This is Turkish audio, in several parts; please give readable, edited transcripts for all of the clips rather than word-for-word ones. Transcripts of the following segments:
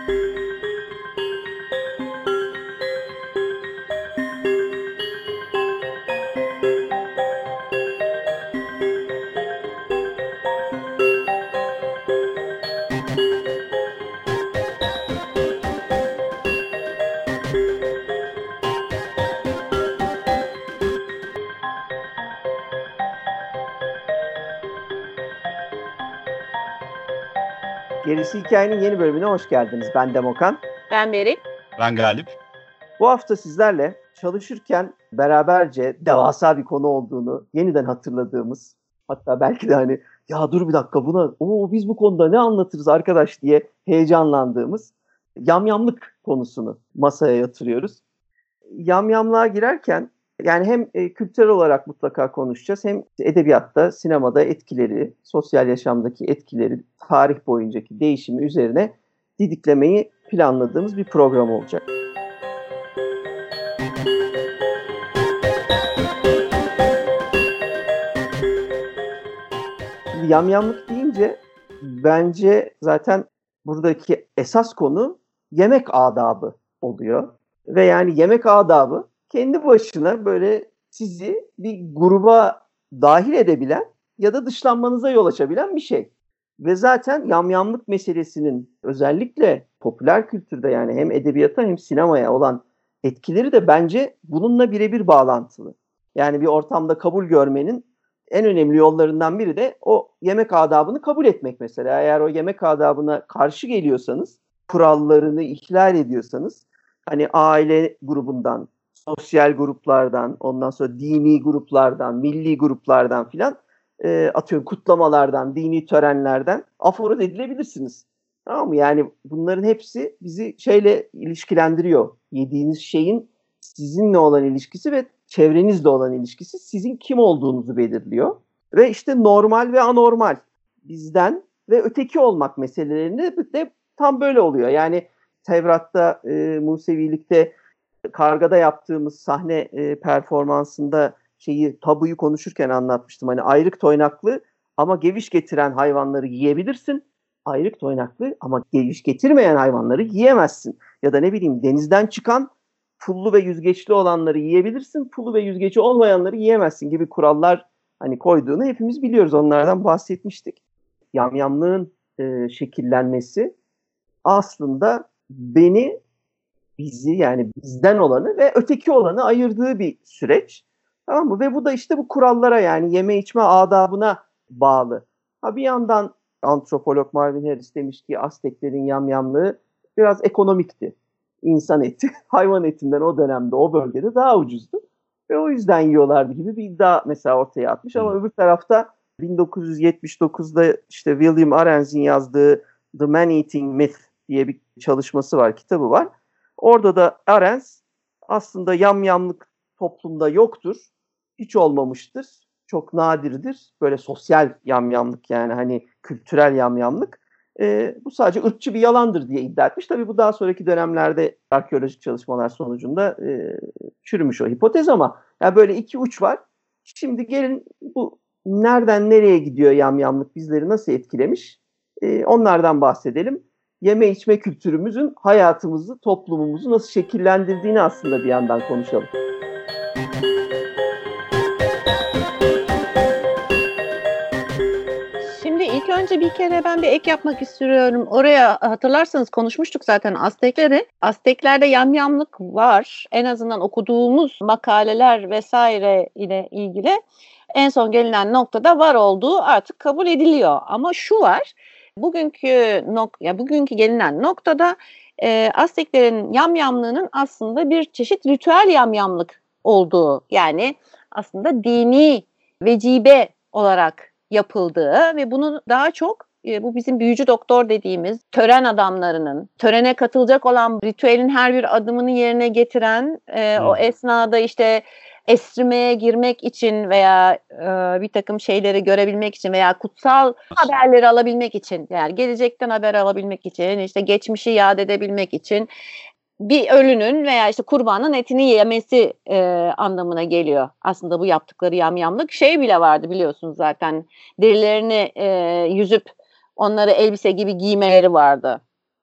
Gerisi Hikayenin yeni bölümüne hoş geldiniz. Ben Demokan. Ben Beril. Ben Galip. Bu hafta sizlerle çalışırken beraberce devasa bir konu olduğunu yeniden hatırladığımız, hatta belki de hani ya dur bir dakika biz bu konuda ne anlatırız arkadaş diye heyecanlandığımız yamyamlık konusunu masaya yatırıyoruz. Yamyamlığa girerken yani hem kültürel olarak mutlaka konuşacağız, hem edebiyatta, sinemada etkileri, sosyal yaşamdaki etkileri, tarih boyuncaki değişimi üzerine didiklemeyi planladığımız bir program olacak. Yamyamlık deyince bence zaten buradaki esas konu yemek adabı oluyor. Ve yani yemek adabı kendi başına böyle sizi bir gruba dahil edebilen ya da dışlanmanıza yol açabilen bir şey. Ve zaten yamyamlık meselesinin özellikle popüler kültürde, yani hem edebiyata hem sinemaya olan etkileri de bence bununla birebir bağlantılı. Yani bir ortamda kabul görmenin en önemli yollarından biri de o yemek adabını kabul etmek mesela. Eğer o yemek adabına karşı geliyorsanız, kurallarını ihlal ediyorsanız, hani aile grubundan, sosyal gruplardan, ondan sonra dini gruplardan, milli gruplardan filan, atıyorum kutlamalardan, dini törenlerden aforoz edilebilirsiniz. Tamam mı? Yani bunların hepsi bizi şeyle ilişkilendiriyor. Yediğiniz şeyin sizinle olan ilişkisi ve çevrenizle olan ilişkisi sizin kim olduğunuzu belirliyor. Ve işte normal ve anormal, bizden ve öteki olmak meselelerinde de tam böyle oluyor. Yani Tevrat'ta, Musevilikte, Karga'da yaptığımız sahne performansında tabuyu konuşurken anlatmıştım. Hani ayrık toynaklı ama geviş getiren hayvanları yiyebilirsin. Ayrık toynaklı ama geviş getirmeyen hayvanları yiyemezsin. Ya da ne bileyim, denizden çıkan pullu ve yüzgeçli olanları yiyebilirsin. Pullu ve yüzgeci olmayanları yiyemezsin gibi kurallar hani koyduğunu hepimiz biliyoruz. Onlardan bahsetmiştik. Yamyamlığın şekillenmesi aslında bizi, yani bizden olanı ve öteki olanı ayırdığı bir süreç. Tamam mı? Ve bu da işte bu kurallara, yani yeme içme adabına bağlı. Bir yandan antropolog Marvin Harris demiş ki Azteklerin yamyamlığı biraz ekonomikti. İnsan eti, hayvan etinden o dönemde, o bölgede daha ucuzdu. Ve o yüzden yiyorlardı gibi bir iddia mesela ortaya atmış. Ama öbür tarafta 1979'da işte William Arens'in yazdığı The Man-Eating Myth diye bir çalışması var, kitabı var. Orada da Arens aslında yamyamlık toplumda yoktur, hiç olmamıştır, çok nadirdir. Böyle sosyal yamyamlık, yani hani kültürel yamyamlık. Bu sadece ırkçı bir yalandır diye iddia etmiş. Tabii bu daha sonraki dönemlerde arkeolojik çalışmalar sonucunda çürümüş o hipotez, ama yani böyle iki uç var. Şimdi gelin bu nereden nereye gidiyor yamyamlık, bizleri nasıl etkilemiş? Onlardan bahsedelim. Yeme içme kültürümüzün hayatımızı, toplumumuzu nasıl şekillendirdiğini aslında bir yandan konuşalım. Şimdi ilk önce bir kere ben bir ek yapmak istiyorum. Oraya hatırlarsanız konuşmuştuk zaten Aztekleri. Azteklerde yamyamlık var. En azından okuduğumuz makaleler vesaire ile ilgili en son gelinen noktada var olduğu artık kabul ediliyor. Ama şu var. Bugünkü gelinen noktada Azteklerin yamyamlığının aslında bir çeşit ritüel yamyamlık olduğu, yani aslında dini vecibe olarak yapıldığı ve bunu daha çok bu bizim büyücü doktor dediğimiz tören adamlarının, törene katılacak olan ritüelin her bir adımını yerine getiren, o esnada işte esrimeye girmek için veya bir takım şeyleri görebilmek için veya kutsal haberleri alabilmek için, yani gelecekten haber alabilmek için, işte geçmişi yad edebilmek için bir ölünün veya işte kurbanın etini yemesi anlamına geliyor. Aslında bu yaptıkları yamyamlık bile vardı biliyorsunuz zaten. Derilerini yüzüp onları elbise gibi giymeleri vardı.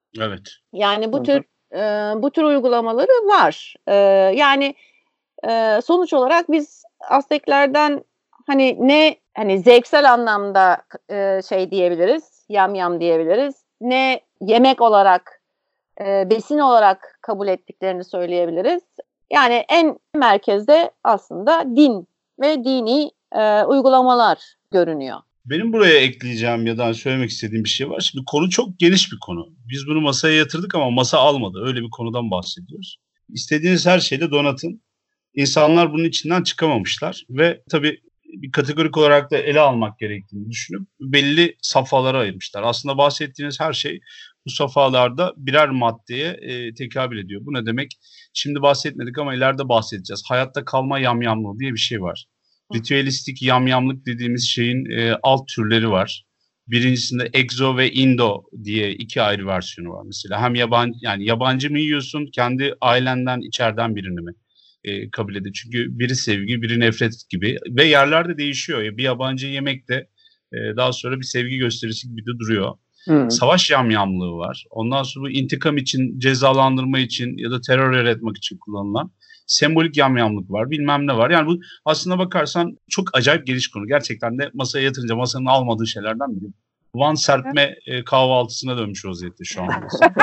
Evet. Yani bu tür uygulamaları var. Yani sonuç olarak biz Azteklerden hani zevksel anlamda şey diyebiliriz, yamyam diyebiliriz. Ne yemek olarak, besin olarak kabul ettiklerini söyleyebiliriz. Yani en merkezde aslında din ve dini uygulamalar görünüyor. Benim buraya ekleyeceğim ya da söylemek istediğim bir şey var. Şimdi konu çok geniş bir konu. Biz bunu masaya yatırdık ama masa almadı. Öyle bir konudan bahsediyoruz. İstediğiniz her şeyde donatın. İnsanlar bunun içinden çıkamamışlar ve tabii bir kategorik olarak da ele almak gerektiğini düşünüp belli safhalara ayırmışlar. Aslında bahsettiğiniz her şey bu safhalarda birer maddeye tekabül ediyor. Bu ne demek? Şimdi bahsetmedik ama ileride bahsedeceğiz. Hayatta kalma yamyamlığı diye bir şey var. Ritüelistik yamyamlık dediğimiz şeyin alt türleri var. Birincisinde exo ve indo diye iki ayrı versiyonu var mesela. Hem yabancı mı yiyorsun, kendi ailenden içeriden birini mi kabul ediyor? Çünkü biri sevgi, biri nefret gibi ve yerlerde değişiyor. Bir yabancı yemek de daha sonra bir sevgi gösterisi gibi de duruyor. Savaş yamyamlığı var. Ondan sonra bu intikam için, cezalandırma için ya da terör yaratmak için kullanılan sembolik yamyamlık var. Bilmem ne var. Yani bu aslına bakarsan çok acayip geniş konu. Gerçekten de masaya yatırınca masanın almadığı şeylerden biri. Van serpme kahvaltısına dönmüş vaziyette şu an.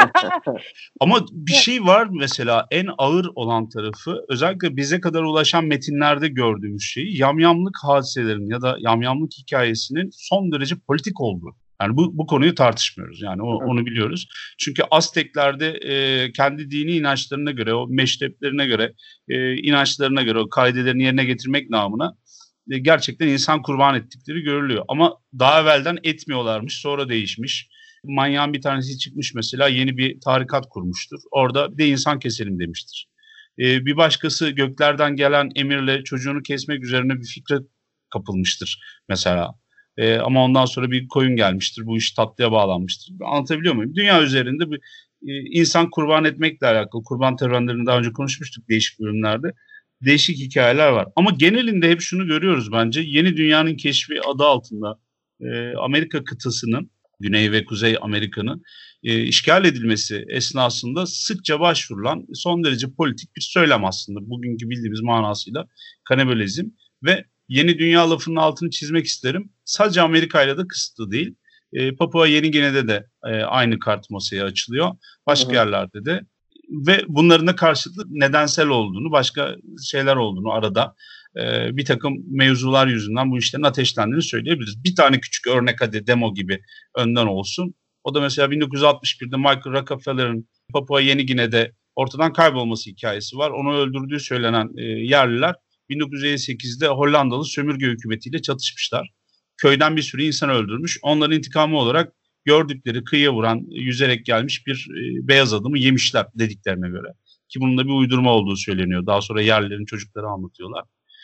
Ama bir şey var mesela, en ağır olan tarafı, özellikle bize kadar ulaşan metinlerde gördüğümüz şey, yamyamlık hadiselerin ya da yamyamlık hikayesinin son derece politik olduğu. Yani bu konuyu tartışmıyoruz. Yani onu biliyoruz. Çünkü Azteklerde kendi dini inançlarına göre, o meşreplerine göre, inançlarına göre o kaidelerini yerine getirmek namına gerçekten insan kurban ettikleri görülüyor. Ama daha evvelden etmiyorlarmış, sonra değişmiş. Manyağın bir tanesi çıkmış mesela, yeni bir tarikat kurmuştur. Orada bir de insan keselim demiştir. Bir başkası göklerden gelen emirle çocuğunu kesmek üzerine bir fikre kapılmıştır mesela. Ama ondan sonra bir koyun gelmiştir. Bu iş tatlıya bağlanmıştır. Anlatabiliyor muyum? Dünya üzerinde bir insan kurban etmekle alakalı, kurban törenlerini daha önce konuşmuştuk değişik bölümlerde. Değişik hikayeler var. Ama genelinde hep şunu görüyoruz bence. Yeni dünyanın keşfi adı altında Amerika kıtasının, Güney ve Kuzey Amerika'nın işgal edilmesi esnasında sıkça başvurulan son derece politik bir söylem aslında. Bugünkü bildiğimiz manasıyla kanibalizm ve yeni dünya lafının altını çizmek isterim. Sadece Amerika ile de kısıtlı değil. Papua Yeni Gine'de de aynı kart masaya açılıyor. Başka yerlerde de. Ve bunların da karşılıklı nedensel olduğunu, başka şeyler olduğunu arada bir takım mevzular yüzünden bu işlerin ateşlendiğini söyleyebiliriz. Bir tane küçük örnek, hadi demo gibi önden olsun. O da mesela 1961'de Michael Rockefeller'ın Papua Yeni Gine'de ortadan kaybolması hikayesi var. Onu öldürdüğü söylenen yerliler 1958'de Hollandalı sömürge hükümetiyle çatışmışlar. Köyden bir sürü insan öldürmüş. Onların intikamı olarak gördükleri kıyıya vuran, yüzerek gelmiş bir beyaz adamı yemişler dediklerine göre. Ki bunun da bir uydurma olduğu söyleniyor. Daha sonra yerlilerin çocukları anlatıyorlar.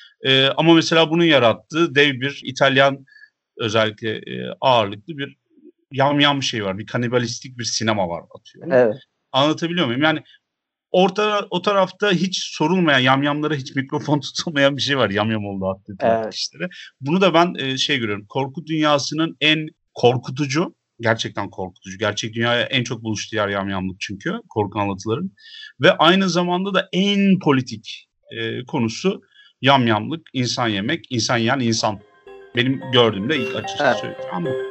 Ama mesela bunun yarattığı dev bir İtalyan, özellikle ağırlıklı bir yamyam şey var. Bir kanibalistik bir sinema var atıyor. Evet. Anlatabiliyor muyum? Yani o tarafta hiç sorulmayan, yamyamlara hiç mikrofon tutulmayan bir şey var. Yamyam oldu attığı kişilere. Bunu da ben görüyorum. Korku dünyasının en korkutucu, gerçekten korkutucu. Gerçek dünyaya en çok buluştuğu yer yamyamlık çünkü. Korku anlatıların. Ve aynı zamanda da en politik konusu yamyamlık, insan yemek, insan yiyen insan. Benim gördüğümde ilk açıkçası söyleyeceğim bu.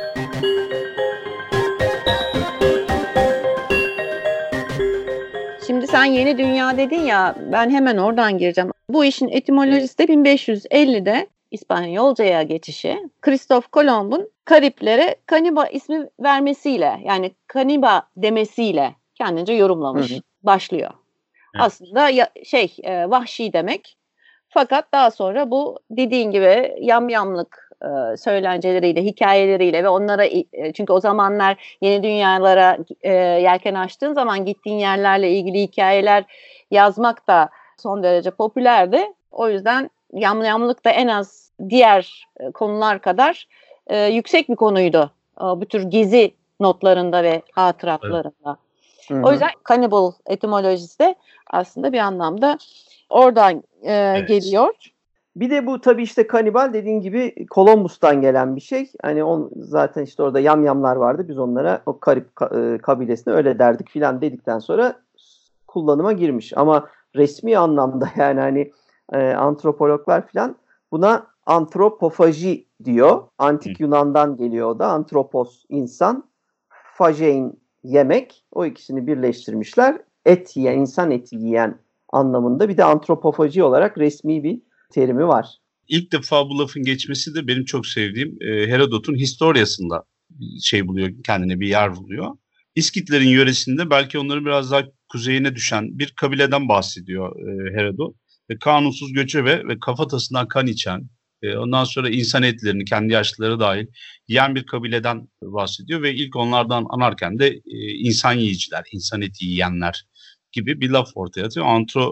Şimdi sen yeni dünya dedin ya, ben hemen oradan gireceğim. Bu işin etimolojisi de 1550'de İspanyolcaya geçişi, Kristof Kolomb'un Kariplere Kaniba ismi vermesiyle, yani Kaniba demesiyle kendince yorumlamış, başlıyor. Evet. Aslında vahşi demek. Fakat daha sonra bu dediğin gibi yamyamlık söylenceleriyle, hikayeleriyle ve onlara, çünkü o zamanlar yeni dünyalara yelken açtığın zaman gittiğin yerlerle ilgili hikayeler yazmak da son derece popülerdi. O yüzden yamyamlık da en az diğer konular kadar yüksek bir konuydu. Bu tür gezi notlarında ve hatıratlarında. Evet. O yüzden cannibal etimolojisi de aslında bir anlamda oradan geliyor. Bir de bu tabii işte kanibal dediğin gibi Columbus'tan gelen bir şey. Hani zaten işte orada yamyamlar vardı. Biz onlara o Karip kabilesine öyle derdik filan dedikten sonra kullanıma girmiş. Ama resmi anlamda yani hani antropologlar filan buna antropofaji diyor. Antik Yunan'dan geliyor o da. Antropos insan, fajein yemek. O ikisini birleştirmişler. Et yiyen, insan eti yiyen anlamında. Bir de antropofaji olarak resmi bir terimi var. İlk defa bu lafın geçmesi de benim çok sevdiğim Herodot'un Historiası'nda buluyor, kendine bir yer buluyor. İskitlerin yöresinde belki onların biraz daha kuzeyine düşen bir kabileden bahsediyor Herodot. Kanunsuz göçebe ve kafatasından kan içen, ondan sonra insan etlerini kendi yaşlıları dahil yiyen bir kabileden bahsediyor ve ilk onlardan anarken de insan yiyiciler, insan eti yiyenler gibi bir laf ortaya atıyor.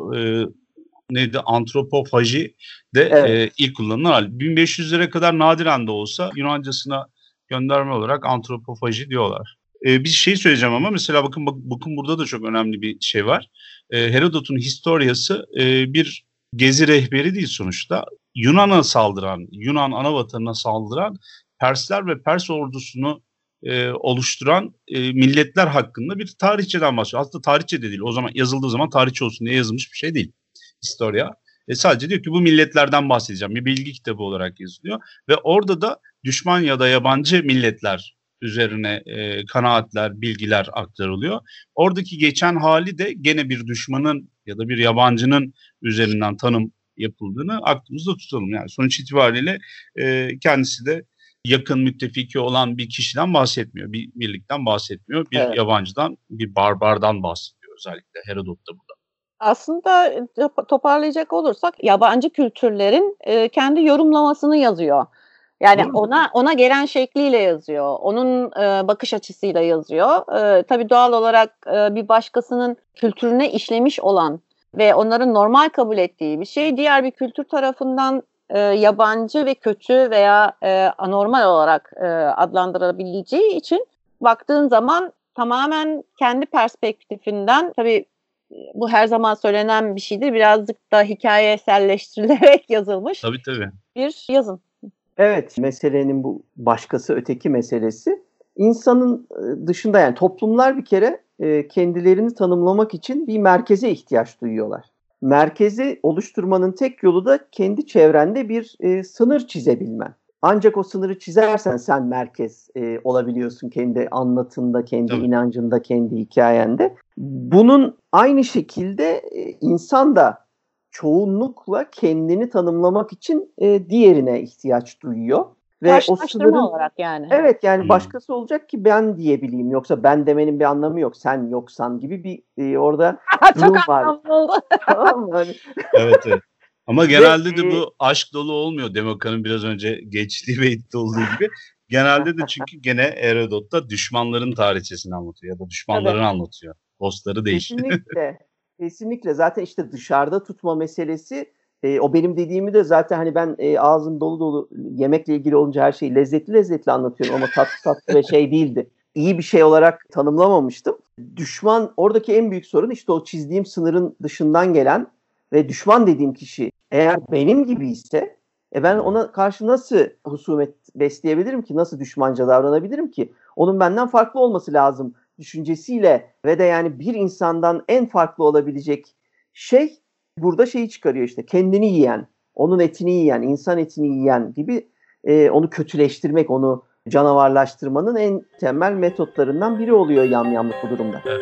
Antropofaji de Evet. ilk kullanılan hali. 1500'lere kadar nadiren de olsa Yunancasına gönderme olarak antropofaji diyorlar. Bir şey söyleyeceğim ama mesela bakın burada da çok önemli bir şey var. Herodot'un Historiası bir gezi rehberi değil sonuçta. Yunan'a saldıran, Yunan anavatanına saldıran Persler ve Pers ordusunu oluşturan milletler hakkında bir tarihçeden bahsediyor. Aslında tarihçe de değil. O zaman yazıldığı zaman tarihçe olsun diye yazılmış bir şey değil. Historia. Sadece diyor ki bu milletlerden bahsedeceğim. Bir bilgi kitabı olarak yazılıyor. Ve orada da düşman ya da yabancı milletler üzerine kanaatler, bilgiler aktarılıyor. Oradaki geçen hali de gene bir düşmanın ya da bir yabancının üzerinden tanım yapıldığını aklımızda tutalım. Yani sonuç itibariyle kendisi de yakın müttefiki olan bir kişiden bahsetmiyor. Bir birlikten bahsetmiyor. Bir yabancıdan, bir barbardan bahsediyor özellikle Herodot'ta burada. Aslında toparlayacak olursak yabancı kültürlerin kendi yorumlamasını yazıyor. Yani ona gelen şekliyle yazıyor. Onun bakış açısıyla yazıyor. Tabii doğal olarak bir başkasının kültürüne işlemiş olan ve onların normal kabul ettiği bir şey diğer bir kültür tarafından yabancı ve kötü veya anormal olarak adlandırılabileceği için baktığın zaman tamamen kendi perspektifinden, tabii bu her zaman söylenen bir şeydir, birazcık da hikayeselleştirilerek yazılmış Tabii. bir yazın. Evet, meselenin bu başkası öteki meselesi. İnsanın dışında yani toplumlar bir kere kendilerini tanımlamak için bir merkeze ihtiyaç duyuyorlar. Merkezi oluşturmanın tek yolu da kendi çevrende bir sınır çizebilmen. Ancak o sınırı çizersen sen merkez olabiliyorsun kendi anlatında, kendi inancında, kendi hikayende. Bunun aynı şekilde insan da çoğunlukla kendini tanımlamak için diğerine ihtiyaç duyuyor. Ve karşılaştırma olarak yani. Evet yani başkası olacak ki ben diyebileyim. Yoksa ben demenin bir anlamı yok. Sen yoksan gibi bir orada durum var. Çok anlamlı oldu. Tamam mı? Evet. Ama genelde de bu aşk dolu olmuyor. Demokan'ın biraz önce geçtiği beytte olduğu gibi. Genelde de çünkü gene Herodot'ta düşmanların tarihçesini anlatıyor ya da düşmanlarını anlatıyor. Dostları değil. Kesinlikle. Zaten işte dışarıda tutma meselesi o benim dediğimi de zaten hani ben ağzım dolu dolu yemekle ilgili olunca her şeyi lezzetli anlatıyorum ama tatlı ve şey değildi. İyi bir şey olarak tanımlamamıştım. Düşman oradaki en büyük sorun işte o çizdiğim sınırın dışından gelen ve düşman dediğim kişi eğer benim gibi ise ben ona karşı nasıl husumet besleyebilirim ki? Nasıl düşmanca davranabilirim ki? Onun benden farklı olması lazım düşüncesiyle ve de yani bir insandan en farklı olabilecek şey burada şeyi çıkarıyor işte kendini yiyen, onun etini yiyen, insan etini yiyen gibi onu kötüleştirmek, onu canavarlaştırmanın en temel metotlarından biri oluyor yamyamlık bu durumda. Evet.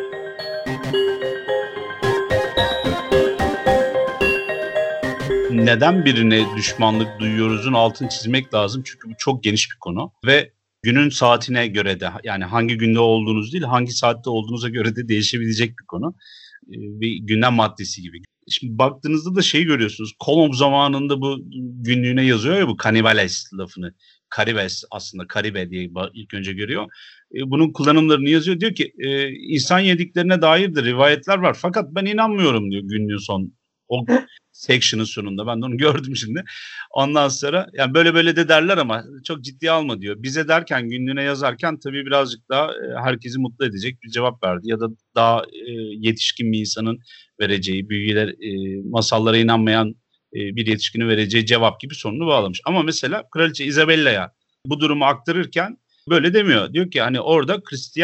Neden birine düşmanlık duyuyoruzun altını çizmek lazım. Çünkü bu çok geniş bir konu ve günün saatine göre de yani hangi günde olduğunuz değil hangi saatte olduğunuza göre de değişebilecek bir konu. Bir gündem maddesi gibi. Şimdi baktığınızda da şeyi görüyorsunuz. Kolomb zamanında bu günlüğüne yazıyor ya bu kanibales lafını. Karibes aslında karibe diye ilk önce görüyor. Bunun kullanımlarını yazıyor. Diyor ki insan yediklerine dair de rivayetler var. Fakat ben inanmıyorum diyor günlüğün son o section'ın sonunda. Ben de onu gördüm şimdi. Ondan sonra yani böyle de derler ama çok ciddiye alma diyor. Bize derken günlüğüne yazarken tabii birazcık daha herkesi mutlu edecek bir cevap verdi. Ya da daha yetişkin bir insanın vereceği bilgiler, masallara inanmayan bir yetişkinin vereceği cevap gibi sonunu bağlamış. Ama mesela Kraliçe Isabella'ya bu durumu aktarırken böyle demiyor. Diyor ki hani orada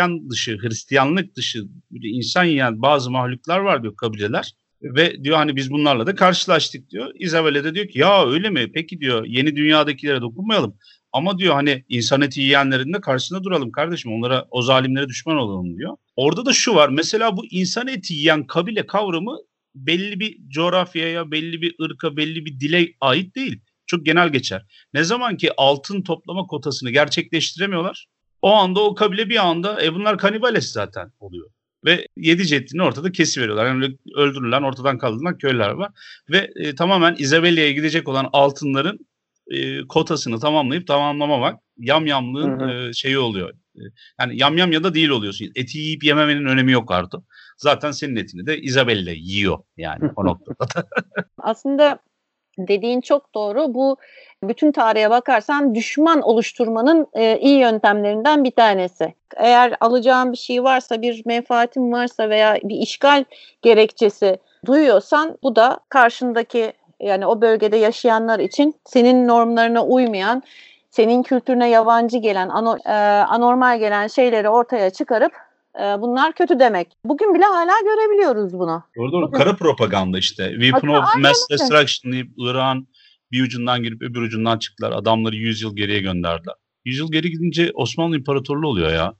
Hristiyanlık dışı insan yiyen bazı mahluklar var diyor, kabileler. Ve diyor hani biz bunlarla da karşılaştık diyor. Isabella da diyor ki ya öyle mi? Peki diyor yeni dünyadakilere dokunmayalım. Ama diyor hani insan eti yiyenlerin de karşısında duralım kardeşim. Onlara, o zalimlere düşman olalım diyor. Orada da şu var. Mesela bu insan eti yiyen kabile kavramı belli bir coğrafyaya, belli bir ırka, belli bir dile ait değil. Çok genel geçer. Ne zaman ki altın toplama kotasını gerçekleştiremiyorlar, o anda o kabile bir anda bunlar kanibales zaten oluyor. Ve 7 ceddini ortada kesiveriyorlar. Yani öldürülen, ortadan kaldırılan köylüler var. Ve tamamen Isabella'ya gidecek olan altınların kotasını tamamlamamak yamyamlığın şeyi oluyor. Yani yamyam ya da değil oluyorsun. Eti yiyip yememenin önemi yok artık. Zaten senin etini de Isabella yiyor yani o noktada. Aslında dediğin çok doğru. Bu bütün tarihe bakarsan düşman oluşturmanın iyi yöntemlerinden bir tanesi. Eğer alacağın bir şey varsa, bir menfaatin varsa veya bir işgal gerekçesi duyuyorsan, bu da karşındaki, yani o bölgede yaşayanlar için senin normlarına uymayan, senin kültürüne yabancı gelen, anormal gelen şeyleri ortaya çıkarıp bunlar kötü demek. Bugün bile hala görebiliyoruz bunu. Doğru. Kara propaganda işte. Weapon of Mass Destruction deyip Irak'ın bir ucundan girip öbür ucundan çıktılar. Adamları 100 yıl geriye gönderdiler. 100 yıl geri gidince Osmanlı İmparatorluğu oluyor ya.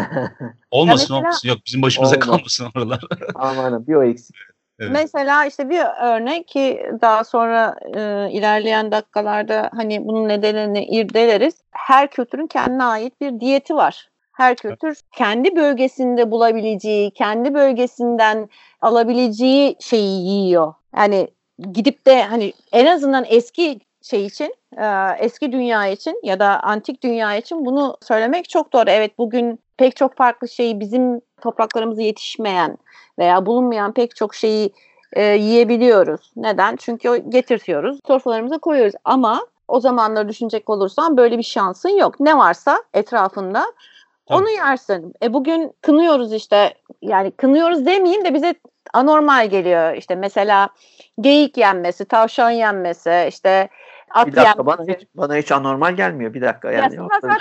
Olmasın. Yok bizim başımıza kalmasın oralar. Aman bir o eksik. Evet. Mesela işte bir örnek ki daha sonra ilerleyen dakikalarda hani bunun nedenini irdeleriz. Her kültürün kendine ait bir diyeti var. Her kültür kendi bölgesinde bulabileceği, kendi bölgesinden alabileceği şeyi yiyor. Yani gidip de hani en azından eski şey için, eski dünya için ya da antik dünya için bunu söylemek çok doğru. Evet, bugün pek çok farklı şeyi, bizim topraklarımıza yetişmeyen veya bulunmayan pek çok şeyi yiyebiliyoruz. Neden? Çünkü getirtiyoruz, sofralarımıza koyuyoruz. Ama o zamanları düşünecek olursan böyle bir şansın yok. Ne varsa etrafında onu yersin. Bugün kınıyoruz işte, yani kınıyoruz demeyeyim de bize anormal geliyor. İşte mesela geyik yenmesi, tavşan yenmesi, işte at bir dakika, yenmesi. Bana hiç anormal gelmiyor. Bir dakika yani.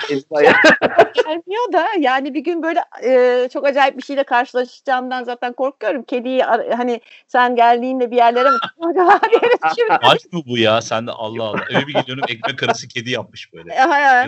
Gelmiyor da yani bir gün böyle çok acayip bir şeyle karşılaşacağımdan zaten korkuyorum. Kediyi hani sen geldiğinde bir yerlere mi Aşk mı bu ya? Sen de Allah Allah. Eve bir gidiyorum, ekmek arası kedi yapmış böyle. Hayır.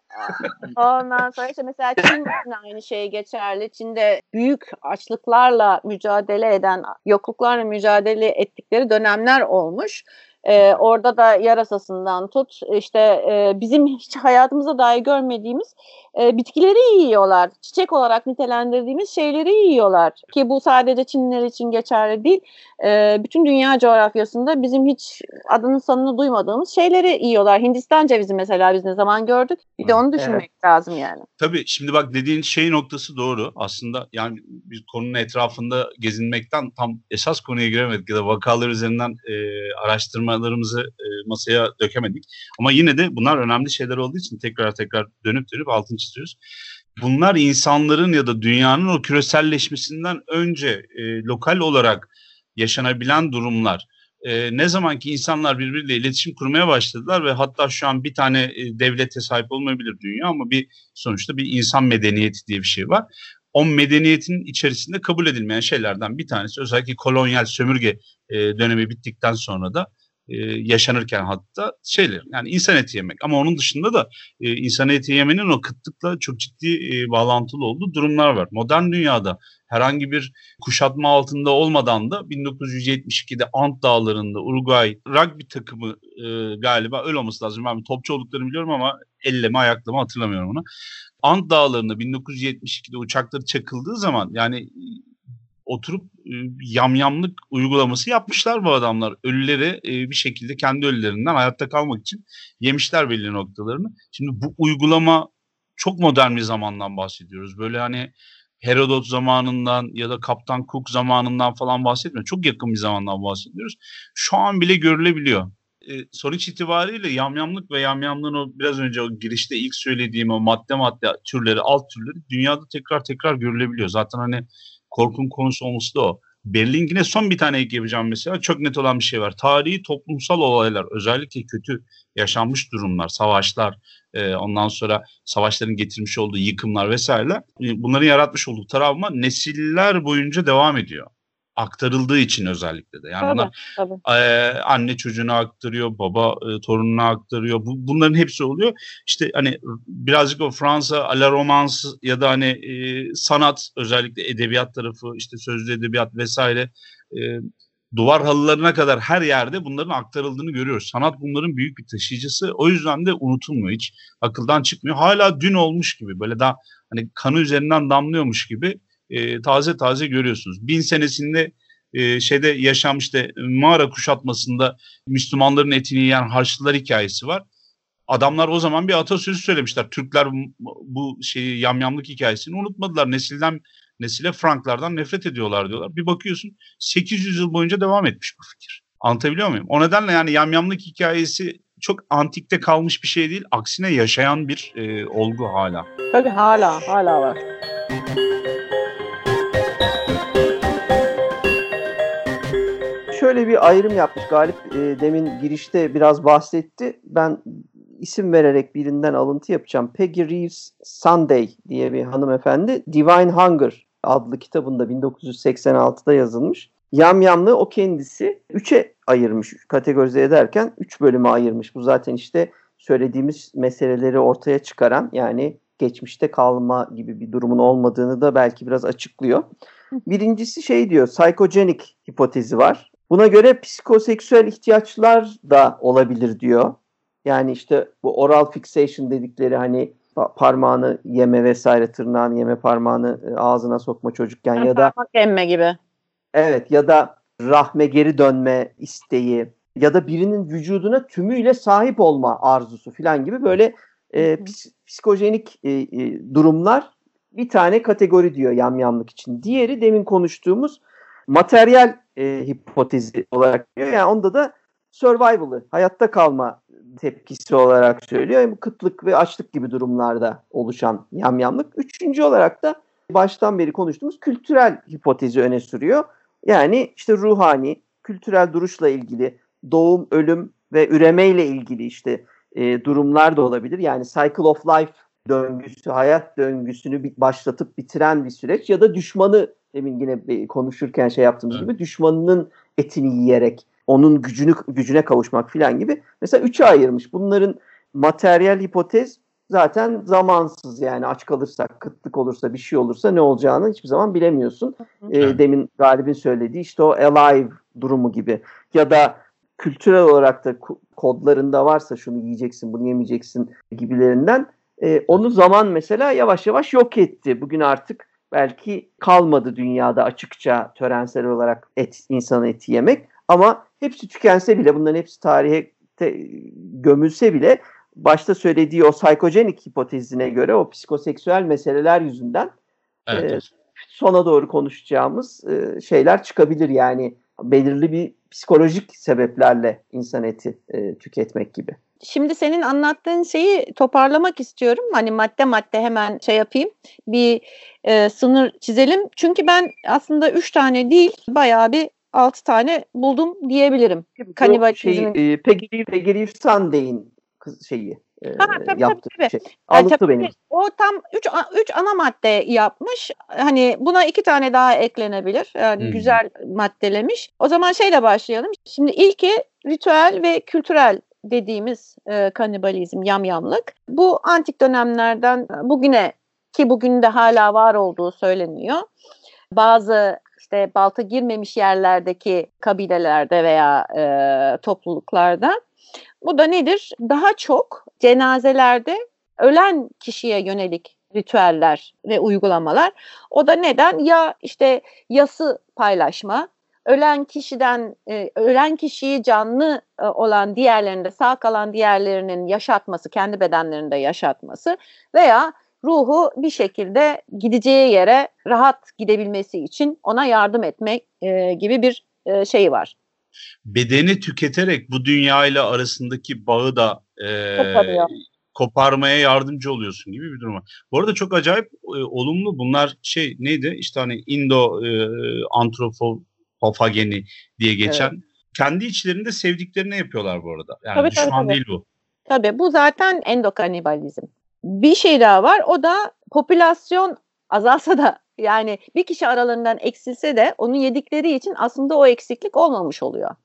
Ondan sonra işte mesela Çin aynı şey geçerli. Çin'de büyük açlıklarla mücadele eden, yokluklarla mücadele ettikleri dönemler olmuş. Orada da yarasasından tut işte bizim hiç hayatımızda dahi görmediğimiz bitkileri yiyorlar. Çiçek olarak nitelendirdiğimiz şeyleri yiyorlar. Ki bu sadece Çinliler için geçerli değil. Bütün dünya coğrafyasında bizim hiç adını sanını duymadığımız şeyleri yiyorlar. Hindistan cevizi mesela biz ne zaman gördük? Bir de onu düşünmek lazım yani. Tabii şimdi bak, dediğin şey noktası doğru. Aslında yani biz konunun etrafında gezinmekten tam esas konuya giremedik ya da vakalar üzerinden araştırmalarımızı masaya dökemedik. Ama yine de bunlar önemli şeyler olduğu için tekrar dönüp altını çiziyoruz. Bunlar insanların ya da dünyanın o küreselleşmesinden önce lokal olarak yaşanabilen durumlar. Ne zaman ki insanlar birbiriyle iletişim kurmaya başladılar ve hatta şu an bir tane devlete sahip olmayabilir dünya ama sonuçta bir insan medeniyeti diye bir şey var. O medeniyetin içerisinde kabul edilmeyen şeylerden bir tanesi, özellikle kolonyal sömürge dönemi bittikten sonra da yaşanırken hatta yani insan eti yemek. Ama onun dışında da insan eti yemenin o kıtlıkla çok ciddi bağlantılı olduğu durumlar var. Modern dünyada herhangi bir kuşatma altında olmadan da 1972'de Ant Dağları'nda Uruguay rugby takımı galiba öyle olması lazım. Ben topçu olduklarını biliyorum ama elleme ayaklama hatırlamıyorum onu. Ant Dağları'nda 1972'de uçakları çakıldığı zaman yani oturup yamyamlık uygulaması yapmışlar bu adamlar. Ölüleri bir şekilde kendi ölülerinden hayatta kalmak için yemişler belli noktalarını. Şimdi bu uygulama çok modern bir zamandan bahsediyoruz. Böyle hani Herodot zamanından ya da Kaptan Cook zamanından falan bahsetmiyoruz. Çok yakın bir zamandan bahsediyoruz. Şu an bile görülebiliyor. Sonuç itibariyle yamyamlık ve yamyamlığın o biraz önce o girişte ilk söylediğim o madde türleri, alt türleri dünyada tekrar görülebiliyor. Zaten hani korkunun konusu olması da o. Berlin'e son bir tane ek yapacağım mesela. Çok net olan bir şey var. Tarihi toplumsal olaylar, özellikle kötü yaşanmış durumlar, savaşlar, ondan sonra savaşların getirmiş olduğu yıkımlar vesaire, bunların yaratmış olduğu travma nesiller boyunca devam ediyor. Aktarıldığı için özellikle de. Yani Tabii, bunlar tabii. anne çocuğuna aktarıyor, baba torununa aktarıyor. Bunların hepsi oluyor. İşte hani birazcık o Fransa à la Romance ya da hani sanat, özellikle edebiyat tarafı, işte sözlü edebiyat vesaire, duvar halılarına kadar her yerde bunların aktarıldığını görüyoruz. Sanat bunların büyük bir taşıyıcısı. O yüzden de unutulmuyor hiç. Akıldan çıkmıyor. Hala dün olmuş gibi, böyle daha hani kanı üzerinden damlıyormuş gibi taze taze görüyorsunuz. 1000 senesinde şeyde yaşamış, işte mağara kuşatmasında Müslümanların etini yiyen Haçlılar hikayesi var. Adamlar o zaman bir atasözü söylemişler. Türkler bu şeyi, yamyamlık hikayesini unutmadılar. Nesilden nesile Franklardan nefret ediyorlar diyorlar. Bir bakıyorsun 800 yıl boyunca devam etmiş bu fikir. Anlatabiliyor muyum? O nedenle yani yamyamlık hikayesi çok antikte kalmış bir şey değil. Aksine yaşayan bir olgu hala. Tabii hala var. Şöyle bir ayrım yapmış Galip, demin girişte biraz bahsetti. Ben isim vererek birinden alıntı yapacağım. Peggy Reeves Sunday diye bir hanımefendi Divine Hunger adlı kitabında 1986'da yazılmış. Yamyamlığı o kendisi 3'e ayırmış, kategorize ederken 3 bölüme ayırmış. Bu zaten işte söylediğimiz meseleleri ortaya çıkaran, yani geçmişte kalma gibi bir durumun olmadığını da belki biraz açıklıyor. Birincisi şey diyor, psychogenic hipotezi var. Buna göre psikoseksüel ihtiyaçlar da olabilir diyor. Yani işte bu oral fixation dedikleri, hani parmağını yeme vesaire, tırnağını yeme, parmağını ağzına sokma çocukken ya da parmak emme gibi. Evet, ya da rahme geri dönme isteği ya da birinin vücuduna tümüyle sahip olma arzusu falan gibi böyle psikojenik durumlar bir tane kategori diyor yamyamlık için. Diğeri demin konuştuğumuz materyal hipotezi olarak diyor. Yani onda da survival'ı, hayatta kalma tepkisi olarak söylüyor. Yani bu kıtlık ve açlık gibi durumlarda oluşan yamyamlık. Üçüncü olarak da baştan beri konuştuğumuz kültürel hipotezi öne sürüyor. Yani işte ruhani, kültürel duruşla ilgili, doğum, ölüm ve üremeyle ilgili işte durumlar da olabilir. Yani cycle of life döngüsü, hayat döngüsünü başlatıp bitiren bir süreç ya da düşmanı, demin yine konuşurken şey yaptığımız gibi, düşmanının etini yiyerek onun gücüne kavuşmak filan gibi. Mesela 3'e ayırmış. Bunların materyal hipotez zaten zamansız, yani aç kalırsak, kıtlık olursa, bir şey olursa ne olacağını hiçbir zaman bilemiyorsun. Demin Galip'in söylediği işte o alive durumu gibi. Ya da kültürel olarak da kodlarında varsa şunu yiyeceksin, bunu yemeyeceksin gibilerinden, onu zaman mesela yavaş yavaş yok etti. Bugün artık belki kalmadı dünyada açıkça törensel olarak insan eti yemek. Ama hepsi tükense bile, bunların hepsi tarihe gömülse bile, başta söylediği o psychogenic hipotezine göre o psikoseksüel meseleler yüzünden sona doğru konuşacağımız şeyler çıkabilir. Yani belirli bir psikolojik sebeplerle insan eti tüketmek gibi. Şimdi senin anlattığın şeyi toparlamak istiyorum. Hani madde madde hemen şey yapayım. Bir sınır çizelim. Çünkü ben aslında 3 tane değil, bayağı bir 6 tane buldum diyebilirim. Kanibalizmin. Peggy Reeves Sunday'in şeyi. Yaptığı tabii. şey. Alıntı tabii, benim. O tam 3 ana madde yapmış. Hani buna 2 tane daha eklenebilir. Yani güzel maddelemiş. O zaman şeyle başlayalım. Şimdi ilki ritüel ve kültürel dediğimiz kanibalizm, yamyamlık. Bu antik dönemlerden bugüne, ki bugün de hala var olduğu söyleniyor. Bazı işte balta girmemiş yerlerdeki kabilelerde veya topluluklarda. Bu da nedir? Daha çok cenazelerde ölen kişiye yönelik ritüeller ve uygulamalar. O da neden? Ya işte yası paylaşma, ölen kişiyi canlı olan diğerlerinde, sağ kalan diğerlerinin yaşatması, kendi bedenlerinde yaşatması veya ruhu bir şekilde gideceği yere rahat gidebilmesi için ona yardım etmek gibi bir şey var. Bedeni tüketerek bu dünyayla arasındaki bağı da koparmaya yardımcı oluyorsun gibi bir durum var. Bu arada çok acayip olumlu bunlar, neydi? İşte hani Hofageni diye geçen. Evet. Kendi içlerinde sevdiklerini yapıyorlar bu arada. Yani Tabii, düşman tabii. değil bu. Tabii bu zaten endokanibalizm. Bir şey daha var, o da popülasyon azalsa da, yani bir kişi aralarından eksilse de onu yedikleri için aslında o eksiklik olmamış oluyor.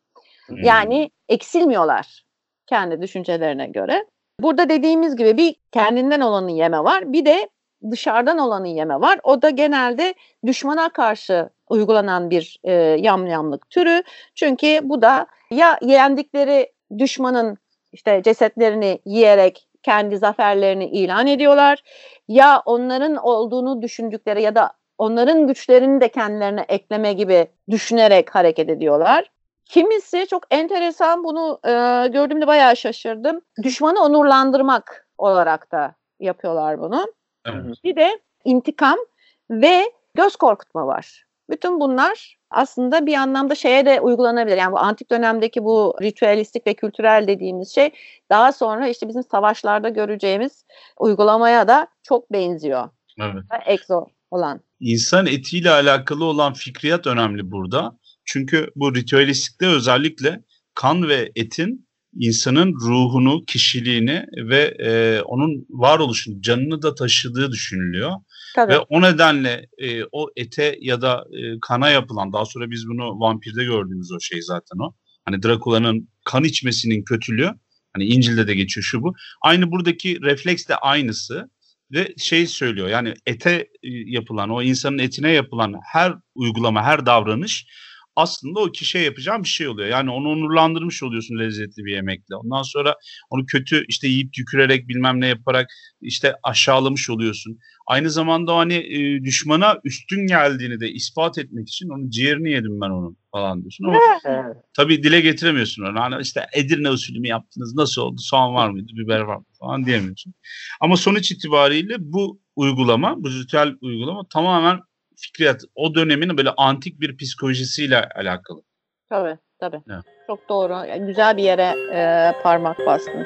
Yani eksilmiyorlar kendi düşüncelerine göre. Burada dediğimiz gibi bir kendinden olanı yeme var, bir de dışarıdan olanı yeme var. O da genelde düşmana karşı uygulanan bir yamyamlık türü. Çünkü bu da ya yendikleri düşmanın işte cesetlerini yiyerek kendi zaferlerini ilan ediyorlar, ya onların olduğunu düşündükleri ya da onların güçlerini de kendilerine ekleme gibi düşünerek hareket ediyorlar. Kimisi çok enteresan, bunu gördüğümde bayağı şaşırdım. Düşmanı onurlandırmak olarak da yapıyorlar bunu. Evet. Bir de intikam ve göz korkutma var. Bütün bunlar aslında bir anlamda şeye de uygulanabilir. Yani bu antik dönemdeki bu ritüelistik ve kültürel dediğimiz şey daha sonra işte bizim savaşlarda göreceğimiz uygulamaya da çok benziyor. Evet. Egzo olan. İnsan etiyle alakalı olan fikriyat önemli burada. Çünkü bu ritüelistikte özellikle kan ve etin insanın ruhunu, kişiliğini ve onun varoluşunu, canını da taşıdığı düşünülüyor. Tabii. Ve o nedenle o ete ya da kana yapılan, daha sonra biz bunu vampirde gördüğümüz o şey zaten o. Hani Drakula'nın kan içmesinin kötülüğü, hani İncil'de de geçiyor şu bu. Aynı buradaki refleks de aynısı. Ve şey söylüyor, yani ete yapılan, o insanın etine yapılan her uygulama, her davranış aslında o kişiye yapacağın bir şey oluyor. Yani onu onurlandırmış oluyorsun lezzetli bir yemekle. Ondan sonra onu kötü işte yiyip tükürerek bilmem ne yaparak işte aşağılamış oluyorsun. Aynı zamanda hani düşmana üstün geldiğini de ispat etmek için onun ciğerini yedim ben onun falan diyorsun. Ama Evet. tabii dile getiremiyorsun onu. Hani işte Edirne usulü mü yaptınız? Nasıl oldu? Soğan var mıydı? Biber var mı? Falan diyemiyorsun. Ama sonuç itibariyle bu uygulama, bu ritüel uygulama tamamen fikriyat. O dönemin böyle antik bir psikolojisiyle alakalı. Tabii, tabii. Evet. Çok doğru. Yani güzel bir yere parmak bastın.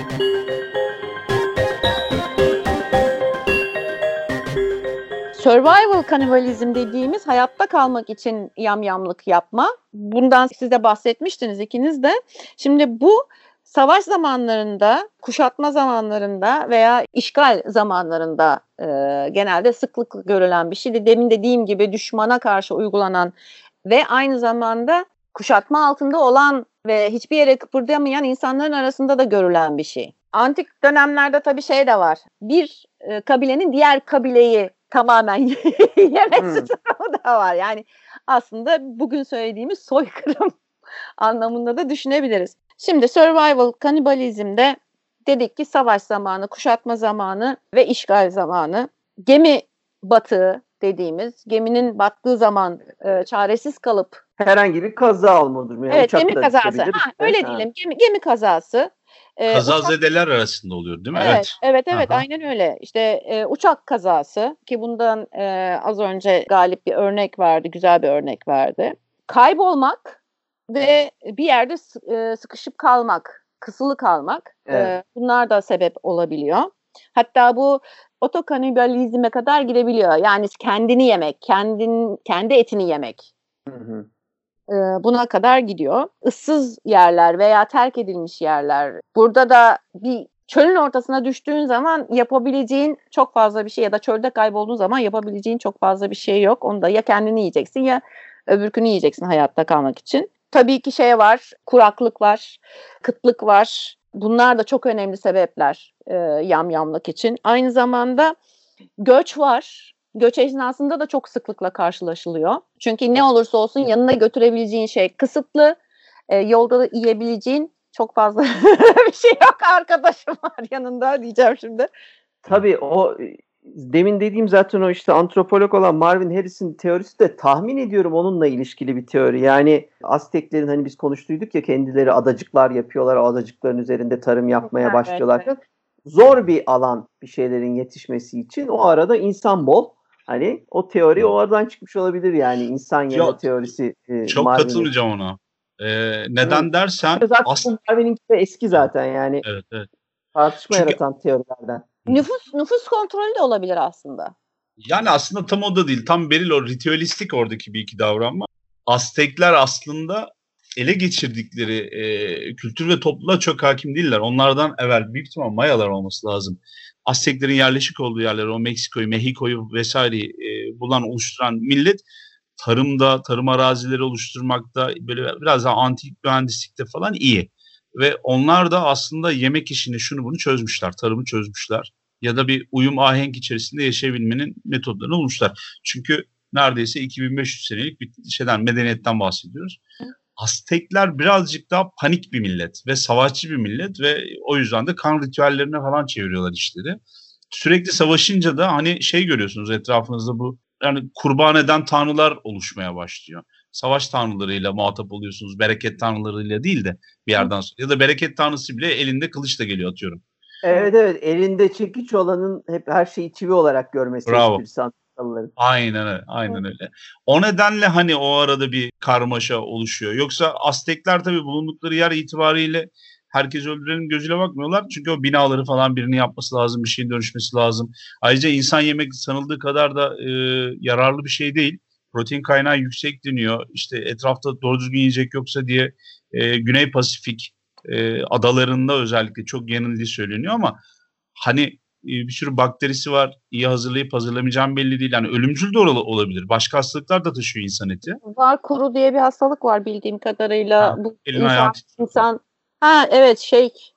Survival kanibalizm dediğimiz hayatta kalmak için yamyamlık yapma. Bundan siz de bahsetmiştiniz ikiniz de. Şimdi bu savaş zamanlarında, kuşatma zamanlarında veya işgal zamanlarında genelde sıklıkla görülen bir şeydi. Demin dediğim gibi düşmana karşı uygulanan ve aynı zamanda kuşatma altında olan ve hiçbir yere kıpırdayamayan insanların arasında da görülen bir şey. Antik dönemlerde tabii şey de var. Bir kabilenin diğer kabileyi tamamen yemesi durumu da var. Yani aslında bugün söylediğimiz soykırım anlamında da düşünebiliriz. Şimdi survival kanibalizmde dedik ki savaş zamanı, kuşatma zamanı ve işgal zamanı. Gemi batığı dediğimiz, geminin battığı zaman çaresiz kalıp herhangi bir kaza olma durumu. Yani evet, gemi uçakla kazası. düşebilir. Öyle diyelim. Gemi kazası. Kazazedeler arasında oluyor değil mi? Evet, Aha. aynen öyle. İşte uçak kazası ki bundan az önce Galip bir örnek verdi, güzel bir örnek verdi. Kaybolmak ve bir yerde sıkışıp kalmak, kısılı kalmak, Evet. bunlar da sebep olabiliyor. Hatta bu otokanibalizme kadar gidebiliyor. Yani kendini yemek, kendi etini yemek. Hı. Buna kadar gidiyor. Issız yerler veya terk edilmiş yerler. Burada da bir çölün ortasına düştüğün zaman yapabileceğin çok fazla bir şey ya da çölde kaybolduğun zaman yapabileceğin çok fazla bir şey yok. Onu da ya kendini yiyeceksin ya öbürkünü yiyeceksin hayatta kalmak için. Tabii ki şey var, kuraklık var, kıtlık var. Bunlar da çok önemli sebepler yamyamlık için. Aynı zamanda göç var. Göç esnasında da çok sıklıkla karşılaşılıyor. Çünkü ne olursa olsun yanına götürebileceğin şey kısıtlı. Yolda da yiyebileceğin çok fazla bir şey yok. Arkadaşım var yanında diyeceğim şimdi. Tabii o demin dediğim zaten o işte antropolog olan Marvin Harris'in teorisi de tahmin ediyorum onunla ilişkili bir teori. Yani Azteklerin hani biz konuştuyduk ya kendileri adacıklar yapıyorlar. O adacıkların üzerinde tarım yapmaya başlıyorlar. Evet. Zor bir alan bir şeylerin yetişmesi için. O arada insan bol. Hani o teori oradan çıkmış olabilir yani insan yeme teorisi. Çok katılmayacağım ona. Neden dersen zaten Marvin'inki de eski zaten yani. Evet. Tartışma yaratan teorilerden. Nüfus kontrolü de olabilir aslında. Yani aslında tam o da değil. Tam Beril o ritüelistik oradaki bir iki davranma. Aztekler aslında ele geçirdikleri kültür ve topluluğa çok hakim değiller. Onlardan evvel büyük ihtimal Mayalar olması lazım. Azteklerin yerleşik olduğu yerleri, o Meksiko'yu, Mehiko'yu vesaireyi oluşturan millet tarım arazileri oluşturmakta, böyle biraz daha antik mühendislikte falan iyi. Ve onlar da aslında yemek işini, şunu bunu çözmüşler, tarımı çözmüşler. Ya da bir uyum ahenk içerisinde yaşayabilmenin metodlarını bulmuşlar. Çünkü neredeyse 2500 senelik bir medeniyetten bahsediyoruz. Aztekler birazcık daha panik bir millet ve savaşçı bir millet ve o yüzden de kan ritüellerine falan çeviriyorlar işleri. Sürekli savaşınca da hani görüyorsunuz etrafınızda, bu yani kurban eden tanrılar oluşmaya başlıyor. Savaş tanrılarıyla muhatap oluyorsunuz, bereket tanrılarıyla değil de bir yerden sonra. Ya da bereket tanrısı bile elinde kılıçla geliyor, atıyorum. Evet, elinde çekiç olanın hep her şeyi çivi olarak görmesi esprisi Anadoluların. Aynen öyle. O nedenle hani o arada bir karmaşa oluşuyor. Yoksa Aztekler tabii bulundukları yer itibariyle herkes öldürenin gözüyle bakmıyorlar. Çünkü o binaları falan birinin yapması lazım, bir şeyin dönüşmesi lazım. Ayrıca insan yemek sanıldığı kadar da yararlı bir şey değil. Protein kaynağı yüksek deniyor. İşte etrafta doğru düzgün yiyecek yoksa diye Güney Pasifik adalarında özellikle çok yenildiği söyleniyor ama hani bir sürü bakterisi var. İyi hazırlayıp hazırlamayacağım belli değil. Yani ölümcül de olabilir. Başka hastalıklar da taşıyor insan eti. Var, kuru diye bir hastalık var bildiğim kadarıyla. Bu insan evet.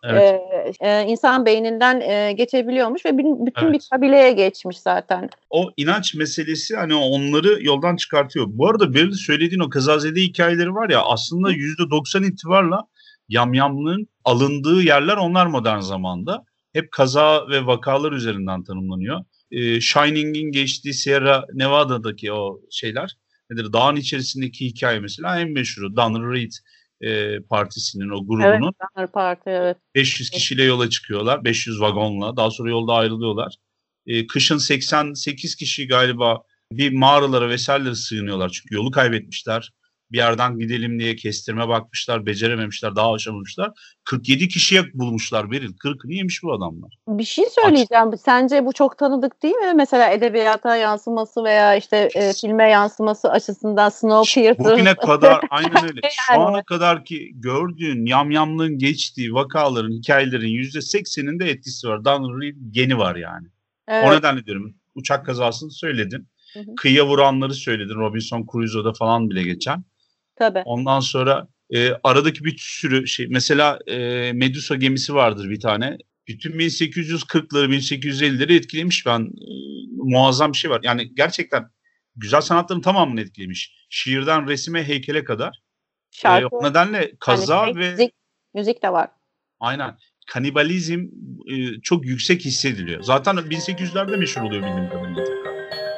İnsan beyninden geçebiliyormuş ve bütün bir kabileye geçmiş zaten. O inanç meselesi hani onları yoldan çıkartıyor. Bu arada Beril söylediğin o kazazede hikayeleri var ya, aslında %90 itibarla yamyamlığın alındığı yerler onlar modern zamanda. Hep kaza ve vakalar üzerinden tanımlanıyor. Shining'in geçtiği Sierra Nevada'daki o dağın içerisindeki hikaye mesela en meşhuru. Donner Reed partisinin, o grubunun. Evet, Donner Parti, evet. 500 kişiyle yola çıkıyorlar. 500 vagonla. Daha sonra yolda ayrılıyorlar. Kışın 88 kişi galiba bir mağaralara vesairelere sığınıyorlar. Çünkü yolu kaybetmişler. Bir yerden gidelim diye kestirme bakmışlar. Becerememişler. Daha aşamamışlar. 47 kişiye bulmuşlar Beril. 40'ını yemiş bu adamlar. Bir şey söyleyeceğim. Sence bu çok tanıdık değil mi? Mesela edebiyata yansıması veya filme yansıması açısından Snowpiercer. Bugüne kadar aynen öyle. Şu ana kadar ki gördüğün yamyamlığın geçtiği vakaların, hikayelerin %80'inde etkisi var. Donner Reed geni var yani. Evet. O nedenle diyorum. Uçak kazasını söyledin. Hı-hı. Kıyıya vuranları söyledin. Robinson Crusoe'da falan bile geçen. Tabii. Ondan sonra aradaki bir sürü şey. Mesela Medusa gemisi vardır bir tane. Bütün 1840'ları 1850'leri etkilemiş. Muazzam bir şey var. Yani gerçekten güzel sanatların tamamını etkilemiş. Şiirden resime, heykele kadar. Şarkı. O nedenle kaza ve müzik de var. Aynen. Kanibalizm çok yüksek hissediliyor. Zaten 1800'lerde meşhur oluyor bildiğim kadarıyla tekrar.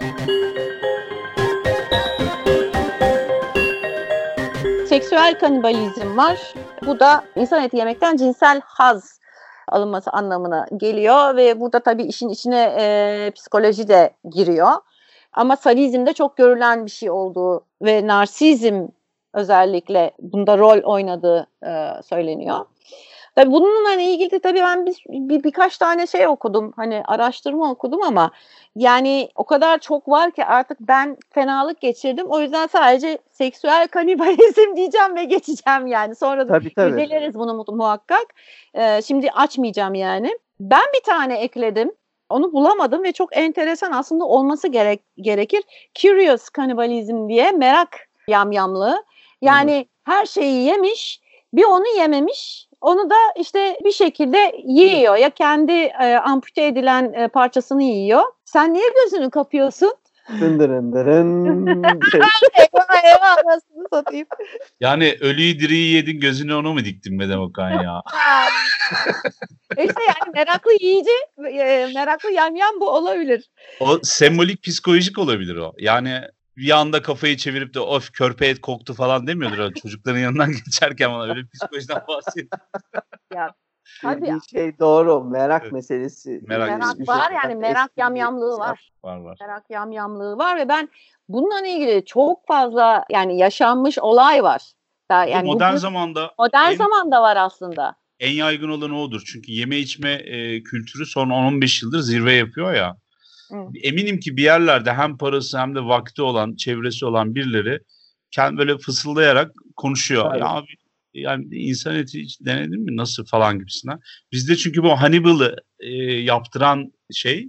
Seksüel kanibalizm var. Bu da insan eti yemekten cinsel haz alınması anlamına geliyor ve burada tabii işin içine psikoloji de giriyor. Ama sadizmde çok görülen bir şey olduğu ve narsizm özellikle bunda rol oynadığı söyleniyor. Tabii bununla ilgili de tabii ben birkaç tane okudum, hani araştırma okudum ama yani o kadar çok var ki artık ben fenalık geçirdim. O yüzden sadece seksüel kanibalizm diyeceğim ve geçeceğim yani. Sonra da irdeleriz bunu muhakkak. Şimdi açmayacağım yani. Ben bir tane ekledim. Onu bulamadım ve çok enteresan aslında olması gerekir. Curious kanibalizm diye, merak yamyamlığı. Yani her şeyi yemiş, bir onu yememiş. Onu da işte bir şekilde yiyor. Ya kendi ampute edilen parçasını yiyor. Sen niye gözünü kapıyorsun? Dındırındırın. Eyvah anasını satayım. Yani ölüyü diriyi yedin, gözünü ona mı diktin be Demokan ya? İşte yani meraklı yiyici, meraklı yamyam bu olabilir. O sembolik psikolojik olabilir o. Yani bir anda kafayı çevirip de of körpe et koktu falan demiyordur o çocukların yanından geçerken, bana öyle psikolojiden bahsediyor. Ya tabii şey doğru, merak meselesi. Merak var yani, merak yamyamlığı var. Var. Merak yamyamlığı var ve ben bununla ilgili çok fazla yani yaşanmış olay var. Yani modern zamanda var aslında. En yaygın olan odur. Çünkü yeme içme kültürü son 10-15 yıldır zirve yapıyor ya. Eminim ki bir yerlerde hem parası hem de vakti olan, çevresi olan birileri kendi böyle fısıldayarak konuşuyor. Evet. Ya abi, yani insan eti hiç denedin mi nasıl falan gibisinden. Bizde çünkü bu Hannibal'ı yaptıran şey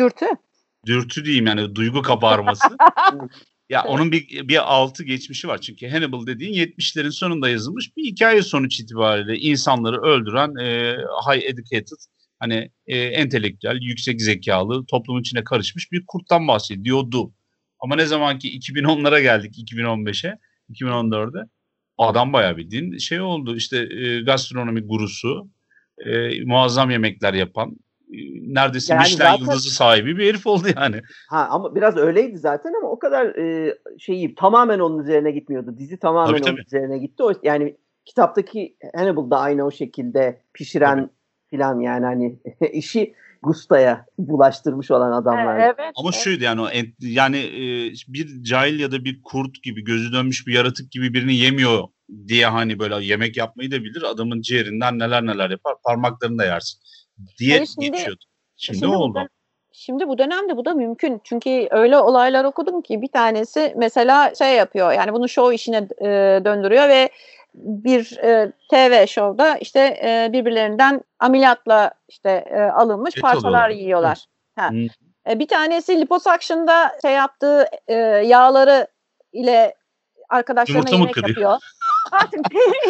dürtü diyeyim, yani duygu kabarması. Ya onun bir altı geçmişi var. Çünkü Hannibal dediğin 70'lerin sonunda yazılmış bir hikaye sonuç itibariyle. İnsanları öldüren high educated, hani entelektüel, yüksek zekalı, toplumun içine karışmış bir kurttan bahsediyordu. Ama ne zaman ki 2010'lara geldik, 2015'e, 2014'e, adam bayağı bildiğin şey oldu. İşte gastronomi gurusu, muazzam yemekler yapan, neredeyse Yani Michelin zaten, yıldızı sahibi bir herif oldu yani. ama biraz öyleydi zaten, ama o kadar tamamen onun üzerine gitmiyordu. Dizi tamamen Tabii, onun tabii. üzerine gitti. Yani kitaptaki Hannibal da aynı o şekilde pişiren filan, yani hani işi Gusta'ya bulaştırmış olan adamlar. Evet. Ama şuydu yani, bir cahil ya da bir kurt gibi, gözü dönmüş bir yaratık gibi birini yemiyor diye, hani böyle yemek yapmayı da bilir, adamın ciğerinden neler neler yapar, parmaklarını da yersin diye Hayır, geçiyordu. Şimdi Şimdi bu, oldu. şimdi bu dönemde bu da mümkün. Çünkü öyle olaylar okudum ki bir tanesi mesela şey yapıyor. Yani bunu show işine döndürüyor ve bir TV şovda işte birbirlerinden ameliyatla işte alınmış Et parçalar alıyorlar. yiyorlar. Ha. Hı. Bir tanesi liposuction'da şey yaptığı yağları ile arkadaşlarına Yumurta mı yemek kırıyor? yapıyor. Artık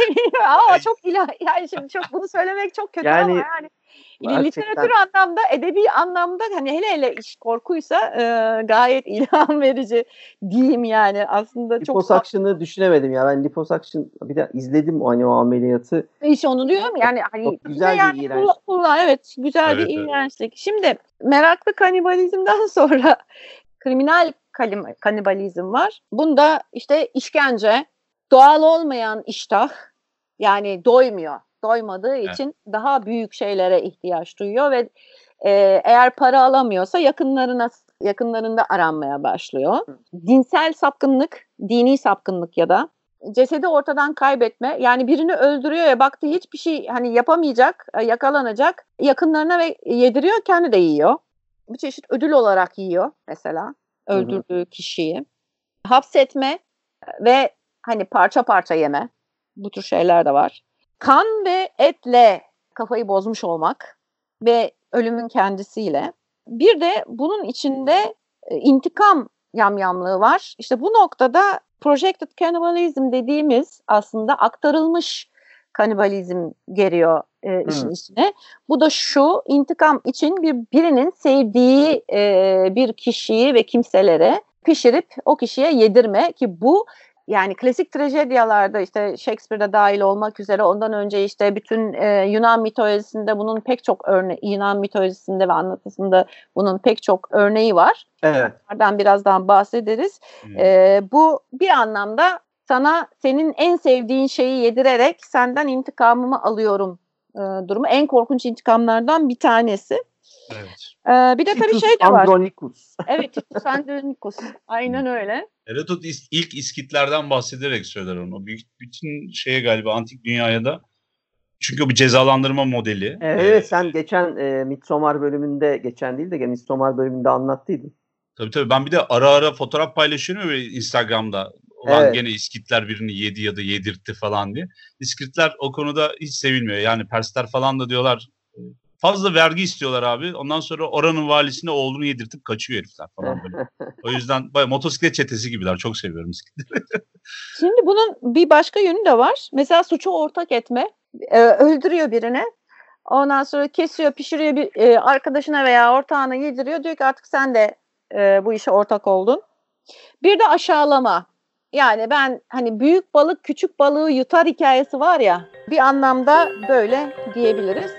ama çok yani şimdi çok bunu söylemek çok kötü ama Yani yani literatür anlamda, edebi anlamda, hani hele iş korkuysa gayet ilham verici diyeyim yani. Aslında çok liposuction'ı düşünemedim ya. Ben liposuction bir de izledim o ameliyatı. İşte onu diyorum yani, hani çok güzel bir iğrenç. Evet, güzel bir iğrençlik. Şimdi meraklı kanibalizmden sonra kriminal kanibalizm var. Bunda işte işkence, doğal olmayan iştah, yani doymadığı için daha büyük şeylere ihtiyaç duyuyor ve eğer para alamıyorsa yakınlarında aranmaya başlıyor. Dinsel sapkınlık, dini sapkınlık ya da cesedi ortadan kaybetme, yani birini öldürüyor ya, baktı hiçbir şey hani yapamayacak, yakalanacak, yakınlarına ve yediriyor, kendi de yiyor. Bir çeşit ödül olarak yiyor mesela öldürdüğü kişiyi. Hapsetme ve hani parça parça yeme, bu tür şeyler de var. Kan ve etle kafayı bozmuş olmak ve ölümün kendisiyle. Bir de bunun içinde intikam yamyamlığı var. İşte bu noktada projected cannibalism dediğimiz aslında aktarılmış kanibalizm giriyor işin içine. Bu da şu: intikam için birinin sevdiği bir kişiyi ve kimselere pişirip o kişiye yedirme, ki bu yani klasik trajedyalarda, işte Shakespeare'de dahil olmak üzere, ondan önce işte bütün Yunan mitolojisinde bunun pek çok Yunan mitolojisinde ve anlatısında bunun pek çok örneği var. Evet. Bunlardan birazdan bahsederiz. Bu bir anlamda sana senin en sevdiğin şeyi yedirerek senden intikamımı alıyorum durumu. En korkunç intikamlardan bir tanesi. Evet. Bir de tabii şey de var. Andronicus. Evet, Titus Andronicus. Aynen öyle. Herodot ilk İskitlerden bahsederek söyler onu. Bütün şeye galiba, antik dünyaya da. Çünkü o bir cezalandırma modeli. Evet, sen geçen Midsommar bölümünde, geçen değil de Midsommar bölümünde anlattıydın. Tabii ben bir de ara ara fotoğraf paylaşıyorum ya Instagram'da. Ulan gene İskitler birini yedi ya da yedirtti falan diye. İskitler o konuda hiç sevilmiyor. Yani Persler falan da diyorlar, fazla vergi istiyorlar abi. Ondan sonra oranın valisine oğlunu yedirtip kaçıyor herifler falan böyle. O yüzden motosiklet çetesi gibiler. Çok seviyorum bisikletleri. Şimdi bunun bir başka yönü de var. Mesela suçu ortak etme. Öldürüyor birini. Ondan sonra kesiyor, pişiriyor, bir arkadaşına veya ortağına yediriyor. Diyor ki artık sen de bu işe ortak oldun. Bir de aşağılama. Yani ben hani büyük balık küçük balığı yutar hikayesi var ya, bir anlamda böyle diyebiliriz.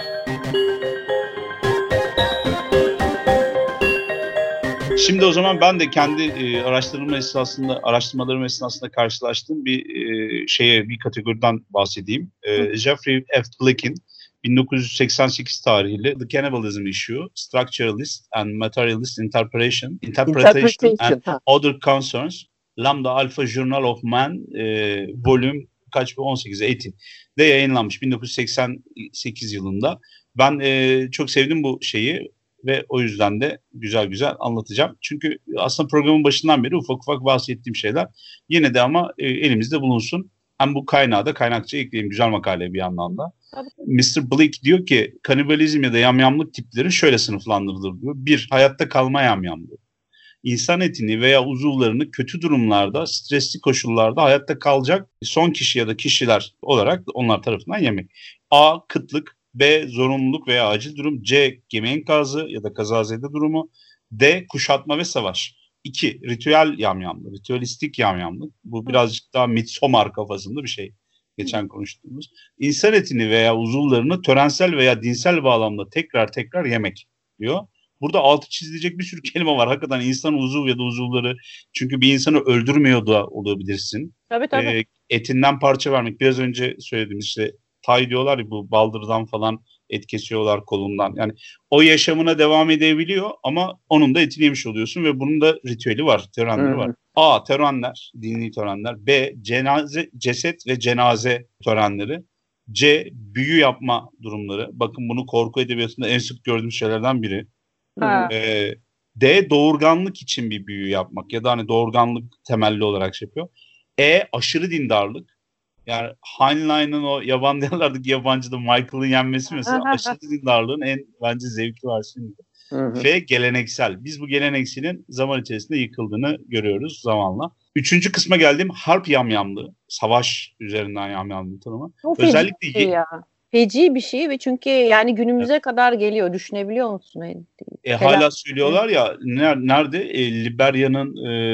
Şimdi o zaman ben de kendi araştırmalarım esnasında karşılaştığım bir kategoriden bahsedeyim. Jeffrey F. Blake'in 1988 tarihli The Cannibalism Issue, Structuralist and Materialist Interpretation and Other Concerns, Lambda Alpha Journal of Man, Volume 1880'de yayınlanmış 1988 yılında. Ben çok sevdim bu şeyi. Ve o yüzden de güzel güzel anlatacağım. Çünkü aslında programın başından beri ufak ufak bahsettiğim şeyler yine de ama elimizde bulunsun. Hem bu kaynağı da kaynakça ekleyeyim. Güzel makale bir yandan da. Mr. Blake diyor ki kanibalizm ya da yamyamlık tipleri şöyle sınıflandırılır diyor. 1. Hayatta kalma yamyamlığı. İnsan etini veya uzuvlarını kötü durumlarda, stresli koşullarda hayatta kalacak son kişi ya da kişiler olarak onlar tarafından yemek. A. Kıtlık. B. Zorunluluk veya acil durum. C. Gemi enkazı ya da kazazede durumu. D. Kuşatma ve savaş. 2. Ritüel yamyamlık, ritüelistik yamyamlık. Bu birazcık daha Midsommar kafasında bir şey. Geçen konuştuğumuz. İnsan etini veya uzuvlarını törensel veya dinsel bağlamda tekrar tekrar yemek diyor. Burada altı çizilecek bir sürü kelime var. Hakikaten insan uzuv ya da uzuvları. Çünkü bir insanı öldürmüyor da olabilirsin. Tabii. Etinden parça vermek. Biraz önce söyledim işte tay diyorlar ya bu baldırdan falan et kesiyorlar kolundan. Yani o yaşamına devam edebiliyor ama onun da etini yemiş oluyorsun ve bunun da ritüeli var, törenleri var. A. Törenler, dini törenler. B. Ceset ve cenaze törenleri. C. Büyü yapma durumları. Bakın bunu korku edebiyatında en sık gördüğümüz şeylerden biri. D. Doğurganlık için bir büyü yapmak ya da hani doğurganlık temelli olarak şey yapıyor. E. Aşırı dindarlık. Yani Heinlein'in o yabancılardaki yabancıda Michael'ın yenmesi mesela aşırı dindarlığın en bence zevkli versiyonu. F. Geleneksel. Biz bu gelenekselin zaman içerisinde yıkıldığını görüyoruz zamanla. Üçüncü kısma geldiğim harp yamyamlığı. Savaş üzerinden yamyamlığı tanımı. Özellikle feci bir şey ve çünkü yani günümüze kadar geliyor. Düşünebiliyor musun? Hala söylüyorlar ya nerede? Liberya'nın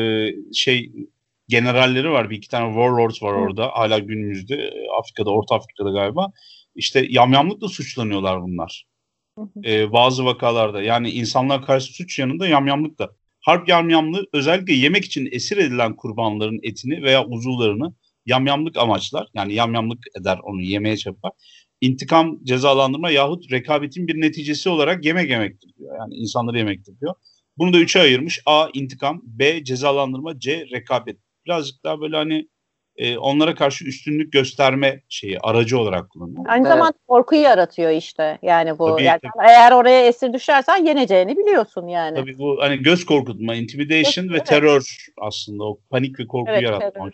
generalleri var. Bir iki tane warlords var orada. Hala günümüzde Afrika'da, Orta Afrika'da galiba. İşte yamyamlıkla suçlanıyorlar bunlar. Bazı vakalarda. Yani insanlar karşı suç yanında yamyamlık da. Harp yamyamlığı özellikle yemek için esir edilen kurbanların etini veya uzuvlarını yamyamlık amaçlar. Yani yamyamlık eder, onu yemeye çarpar. İntikam, cezalandırma yahut rekabetin bir neticesi olarak yemek yemektir diyor. Yani insanları yemektir diyor. Bunu da üçe ayırmış. A. İntikam. B. Cezalandırma. C. Rekabet. Birazcık daha böyle hani onlara karşı üstünlük gösterme şeyi, aracı olarak kullanıyor. Aynı zamanda korkuyu yaratıyor işte. Yani bu. Tabii. Eğer oraya esir düşersen yeneceğini biliyorsun yani. Tabii bu hani göz korkutma, intimidation ve terör aslında o panik ve korkuyu yaratmak.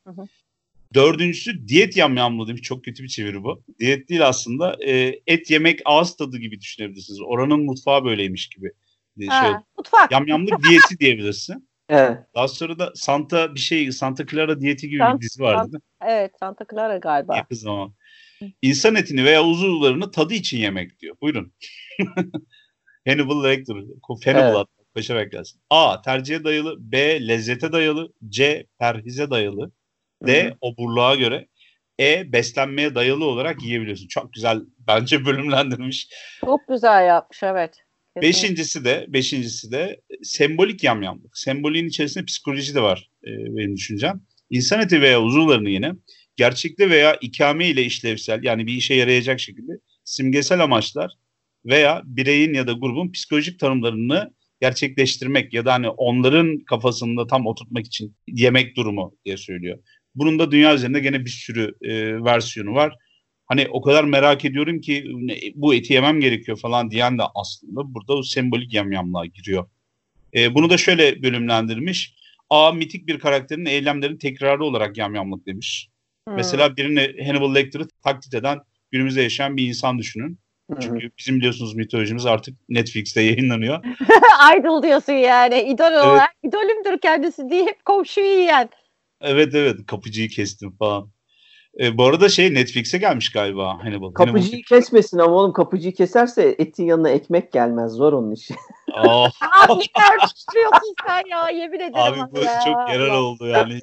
Dördüncüsü diyet yamyamlığı demiş. Çok kötü bir çeviri bu. Diyet değil aslında. Et yemek ağız tadı gibi düşünebilirsiniz. Oranın mutfağı böyleymiş gibi. Mutfak. Yamyamlık diyeti diyebilirsin. Evet. Daha sonra da Santa Clara diyeti gibi bir dizi vardı. Evet, Santa Clara galiba. Yakın zaman. İnsan etini veya uzuvlarını tadı için yemek diyor. Buyurun. Hannibal Lecter. Hannibal koşarak gelsin. A. Tercihe dayalı. B. Lezzete dayalı. C. Perhize dayalı. D. Oburluğa göre. E. Beslenmeye dayalı olarak yiyebiliyorsun. Çok güzel bence bölümlendirmiş. Çok güzel yapmış, evet. Beşincisi de sembolik yamyamlık. Sembolin içerisinde psikoloji de var benim düşüncem. İnsan eti veya uzuvlarını yine gerçekte veya ikame ile işlevsel yani bir işe yarayacak şekilde simgesel amaçlar veya bireyin ya da grubun psikolojik tanımlarını gerçekleştirmek ya da hani onların kafasında tam oturtmak için yemek durumu diye söylüyor. Bunun da dünya üzerinde gene bir sürü versiyonu var. Hani o kadar merak ediyorum ki bu eti yemem gerekiyor falan diyen de aslında burada o sembolik yamyamlığa giriyor. Bunu da şöyle bölümlendirmiş. A. Mitik bir karakterin eylemlerin tekrarı olarak yamyamlık demiş. Mesela birini Hannibal Lecter'ı taklit eden günümüzde yaşayan bir insan düşünün. Çünkü bizim biliyorsunuz mitolojimiz artık Netflix'te yayınlanıyor. Idol diyorsun yani. İdol olarak. İdolümdür kendisi deyip komşuyu yiyen. Evet. Kapıcıyı kestim falan. Bu arada Netflix'e gelmiş galiba Hannibal. Kapıcıyı kesmesin ama oğlum kapıcıyı keserse etin yanına ekmek gelmez. Zor onun işi. Abi ne tartışıyorsun sen ya, yemin ederim. Abi bu çok yerel oldu yani.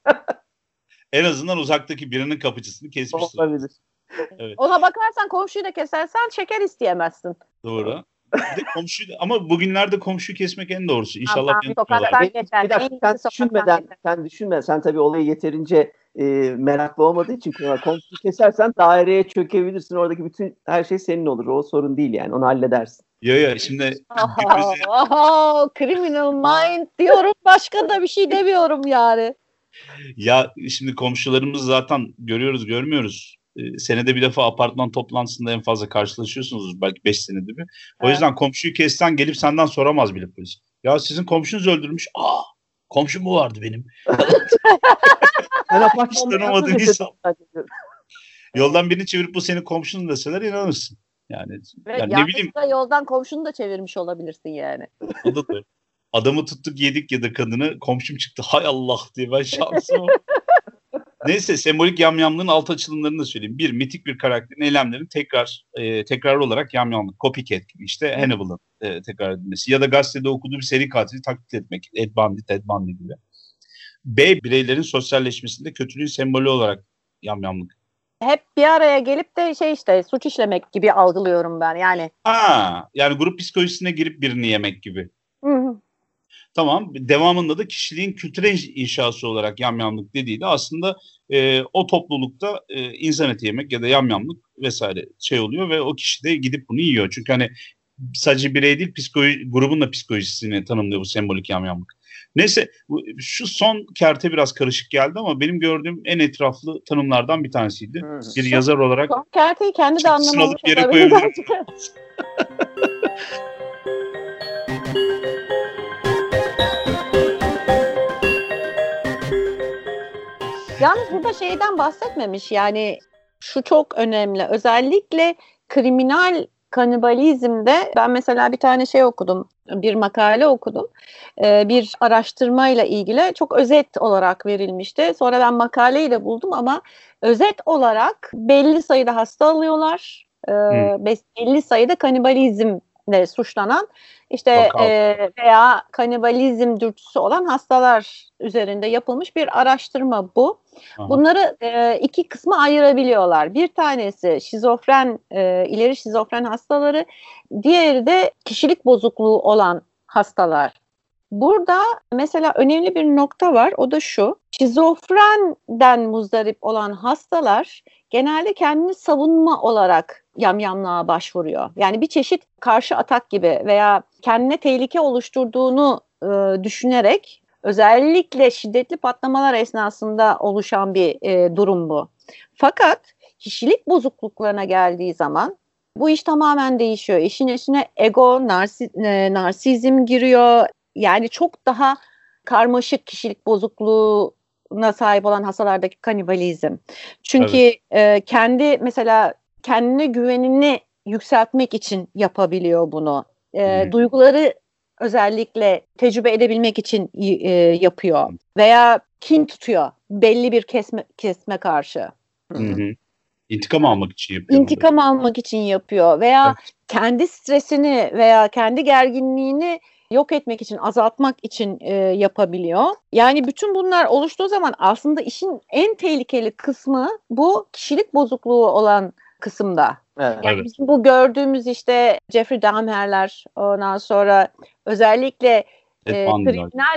En azından uzaktaki birinin kapıcısını kesmiştir. Olabilir. Evet. Ona bakarsan komşuyu da kesersen şeker isteyemezsin. Doğru. Ama bugünlerde komşuyu kesmek en doğrusu. İnşallah bir dakika sen düşünme. Sen tabii olayı yeterince meraklı olmadığı için komşuyu kesersen daireye çökebilirsin. Oradaki bütün her şey senin olur. O sorun değil yani. Onu halledersin. Yo şimdi criminal mind diyorum. Başka da bir şey demiyorum yani. Ya şimdi komşularımız zaten görüyoruz görmüyoruz. senede bir defa apartman toplantısında en fazla karşılaşıyorsunuz belki 5 senede bir. O Evet. yüzden komşuyu kessen gelip senden soramaz bile polis. Ya sizin komşunuz öldürmüş. Komşum mu vardı benim? Ben Hiç apartmanda tanımadığın yalnız insan. yaşadım. Yoldan birini çevirip bu senin komşun deseler inanırsın. Yani ne bileyim. Yanlışlıkla yoldan komşunu da çevirmiş olabilirsin yani. O da doğru. Adamı tuttuk yedik ya da kadını komşum çıktı. Hay Allah diye ben şansıma. Neyse sembolik yamyamlığın alt açılımlarını da söyleyeyim. Bir, mitik bir karakterin eylemlerin tekrar olarak yamyamlık. Copycat gibi işte Hannibal'ın tekrar edilmesi. Ya da gazetede okuduğu bir seri katili taklit etmek. Ted Bundy gibi. B, bireylerin sosyalleşmesinde kötülüğün sembolü olarak yamyamlık. Hep bir araya gelip de işte suç işlemek gibi algılıyorum ben yani. Yani grup psikolojisine girip birini yemek gibi. Hı. Tamam. Devamında da kişiliğin kültürel inşası olarak yamyamlık dediği de aslında o toplulukta insan eti yemek ya da yamyamlık vesaire şey oluyor ve o kişi de gidip bunu yiyor. Çünkü hani sadece birey değil grubun da psikolojisini tanımlıyor bu sembolik yamyamlık. Neyse şu son kerte biraz karışık geldi ama benim gördüğüm en etraflı tanımlardan bir tanesiydi. Bir yazar olarak son kerteyi kendi de anlamamış yere olabilir. koyabilirim. Yalnız burada şeyden bahsetmemiş yani şu çok önemli. Özellikle kriminal kanibalizmde ben mesela bir tane şey okudum, bir makale okudum. Bir araştırmayla ilgili çok özet olarak verilmişti. Sonra ben makaleyi de buldum ama özet olarak belli sayıda hasta alıyorlar. Belli sayıda kanibalizmle suçlanan işte veya kanibalizm dürtüsü olan hastalar üzerinde yapılmış bir araştırma bu. Aha. Bunları iki kısma ayırabiliyorlar. Bir tanesi ileri şizofren hastaları, diğeri de kişilik bozukluğu olan hastalar. Burada mesela önemli bir nokta var, o da şu: şizofrenden muzdarip olan hastalar genelde kendini savunma olarak yamyamlığa başvuruyor. Yani bir çeşit karşı atak gibi veya kendine tehlike oluşturduğunu düşünerek, özellikle şiddetli patlamalar esnasında oluşan bir durum bu. Fakat kişilik bozukluklarına geldiği zaman bu iş tamamen değişiyor. İşin içine ego, narsizm giriyor. Yani çok daha karmaşık kişilik bozukluğuna sahip olan hastalardaki kanibalizm. Çünkü mesela kendine güvenini yükseltmek için yapabiliyor bunu. Duyguları özellikle tecrübe edebilmek için yapıyor. Veya kin tutuyor belli bir kesme karşı. İntikam almak için yapıyor. İntikam almak için yapıyor veya kendi stresini veya kendi gerginliğini yok etmek için, azaltmak için yapabiliyor. Yani bütün bunlar oluştuğu zaman aslında işin en tehlikeli kısmı bu kişilik bozukluğu olan kısımda. Yani bizim bu gördüğümüz işte Jeffrey Dahmer'ler, ondan sonra özellikle kriminal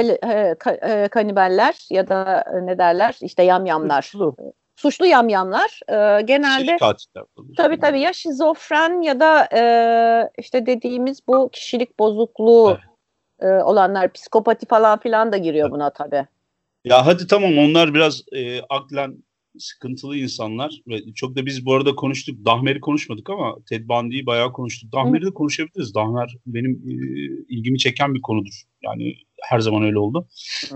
kaniballer ya da ne derler işte yamyamlar. Suçlu yamyamlar genelde tabii ya şizofren ya da işte dediğimiz bu kişilik bozukluğu olanlar, psikopati falan filan da giriyor buna tabii. Ya hadi tamam, onlar biraz aklen sıkıntılı insanlar ve çok da biz bu arada konuştuk. Dahmer'i konuşmadık ama Ted Bundy'yi bayağı konuştuk. Dahmer'i de konuşabiliriz. Dahmer benim ilgimi çeken bir konudur. Yani her zaman öyle oldu.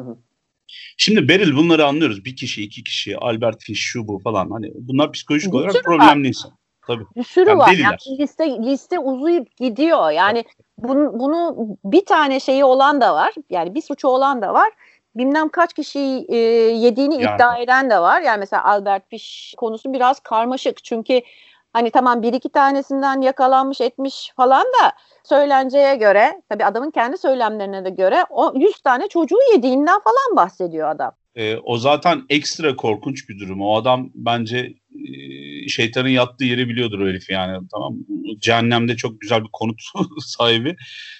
Şimdi Beryl, bunları anlıyoruz. Bir kişi, iki kişi, Albert Fish, şu bu falan. Hani bunlar psikolojik olarak problemli insan. Tabii. Bir sürü var. Deliler. Yani liste uzayıp gidiyor. Yani bunu bir tane şeyi olan da var. Yani bir suçu olan da var. Bilmem kaç kişi yediğini iddia eden de var. Yani mesela Albert Fish konusu biraz karmaşık. Çünkü hani tamam bir iki tanesinden yakalanmış etmiş falan da söylenceye göre, tabii adamın kendi söylemlerine de göre o 100 tane çocuğu yediğinden falan bahsediyor adam. O zaten ekstra korkunç bir durum. O adam bence şeytanın yattığı yeri biliyordur o herif yani. Tamam. Cehennemde çok güzel bir konut sahibi.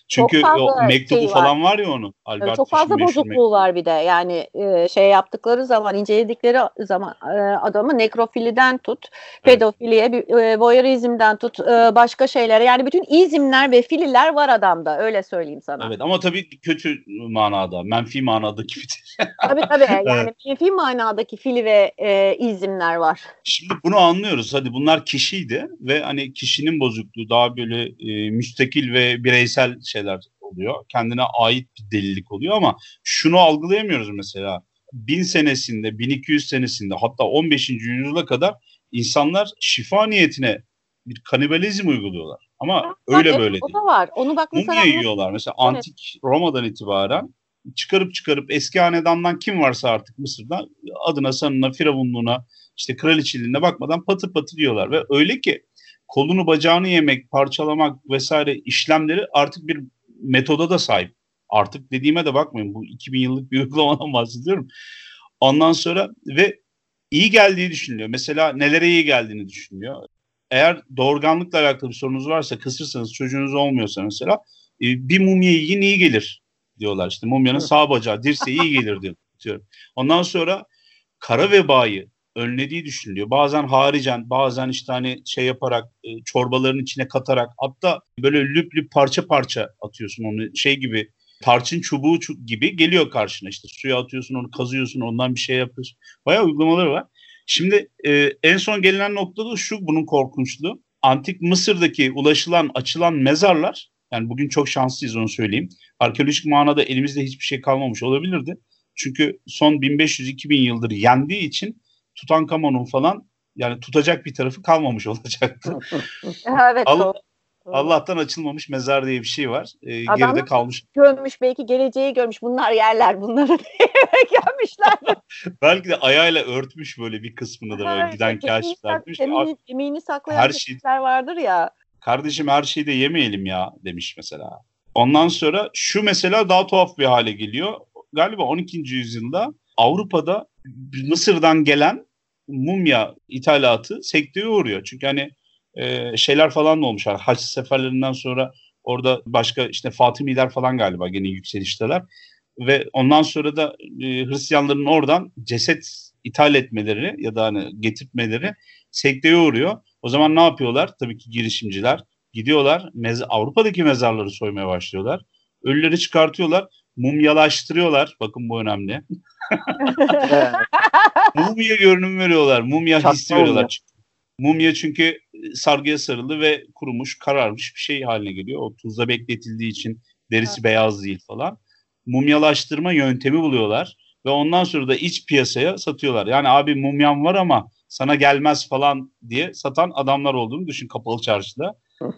Çünkü çok o fazla mektubu şey var. falan var ya onun. Tabii Albert çok Fish'in fazla meşhur bozukluğu mektubu. var bir de. Yani şey yaptıkları zaman, inceledikleri zaman adamı nekrofiliden tut, Evet. pedofiliye, voyeurizmden tut, başka şeylere. Yani bütün izimler ve fililer var adamda. Öyle söyleyeyim sana. Evet ama tabii kötü manada, menfi manadaki bir Tabii Evet. yani menfi manadaki fili ve izimler var. Şimdi bunu anlıyoruz. Hadi bunlar kişiydi ve hani kişinin bozukluğu daha böyle müstakil ve bireysel şeyler oluyor. Kendine ait bir delilik oluyor ama şunu algılayamıyoruz mesela. 1000 senesinde, 1200 senesinde hatta 15. yüzyıla kadar insanlar şifa niyetine bir kanibalizm uyguluyorlar. Ama öyle Evet, böyle o değil. da var. Onu bak Mumya mesela yiyorlar. Mesela evet. antik Roma'dan itibaren çıkarıp eski hanedandan kim varsa artık Mısır'da adına, sanına, firavunluğuna, işte kraliçeliğine bakmadan patır patır yiyorlar. Ve öyle ki kolunu bacağını yemek, parçalamak vesaire işlemleri artık bir metoda da sahip. Artık dediğime de bakmayın, bu 2000 yıllık bir uygulamadan bahsediyorum. Ondan sonra ve iyi geldiği düşünülüyor. Mesela nelere iyi geldiğini düşünülüyor. Eğer doğurganlıkla alakalı bir sorunuz varsa, kısırsanız, çocuğunuz olmuyorsa mesela bir mumya yiyin iyi gelir diyorlar. İşte mumyanın sağ bacağı, dirseği iyi gelir diyor. Ondan sonra kara vebayı önlediği düşünülüyor. Bazen haricen, bazen işte hani şey yaparak, çorbaların içine katarak, hatta böyle lüp lüp parça parça atıyorsun onu, şey gibi, tarçın çubuğu gibi geliyor karşına, işte suya atıyorsun, onu kazıyorsun, ondan bir şey yapıyorsun. Bayağı uygulamaları var. Şimdi en son gelinen noktada şu, bunun korkunçluğu. Antik Mısır'daki ulaşılan, açılan mezarlar, yani bugün çok şanslıyız, onu söyleyeyim. Arkeolojik manada elimizde hiçbir şey kalmamış olabilirdi. Çünkü son 1500-2000 yıldır yendiği için Tutankamon'un falan yani tutacak bir tarafı kalmamış olacaktı. Evet, Allah, doğru. Allah'tan açılmamış mezar diye bir şey var. Geride Adamlar kalmış. görmüş, belki geleceği görmüş. Bunlar yerler bunları diye gelmişler. Belki de ayağıyla örtmüş böyle bir kısmını da, böyle giden kaşifler demiş ki Kemiğini saklayan her şey, teknikler vardır ya. kardeşim her şeyi de yemeyelim ya demiş mesela. Ondan sonra şu mesela daha tuhaf bir hale geliyor. Galiba 12. yüzyılda Avrupa'da Mısır'dan gelen mumya ithalatı sekteye uğruyor. Çünkü hani şeyler falan da olmuş. Haç seferlerinden sonra orada başka işte Fatimiler falan galiba gene yükselişteler. Ve ondan sonra da Hristiyanların oradan ceset ithal etmeleri ya da hani getirtmeleri sekteye uğruyor. O zaman ne yapıyorlar? Tabii ki girişimciler gidiyorlar, Avrupa'daki mezarları soymaya başlıyorlar. Ölüleri çıkartıyorlar, mumyalaştırıyorlar. Bakın bu önemli. Evet. Mumya görünümü veriyorlar, mumya hissi Çakma olmuyor. veriyorlar. Mumya çünkü sargıya sarılı ve kurumuş, kararmış bir şey haline geliyor. O tuzda bekletildiği için derisi beyaz değil falan. Mumyalaştırma yöntemi buluyorlar ve ondan sonra da iç piyasaya satıyorlar. Yani abi mumyam var ama sana gelmez falan diye satan adamlar olduğunu düşün kapalı çarşıda.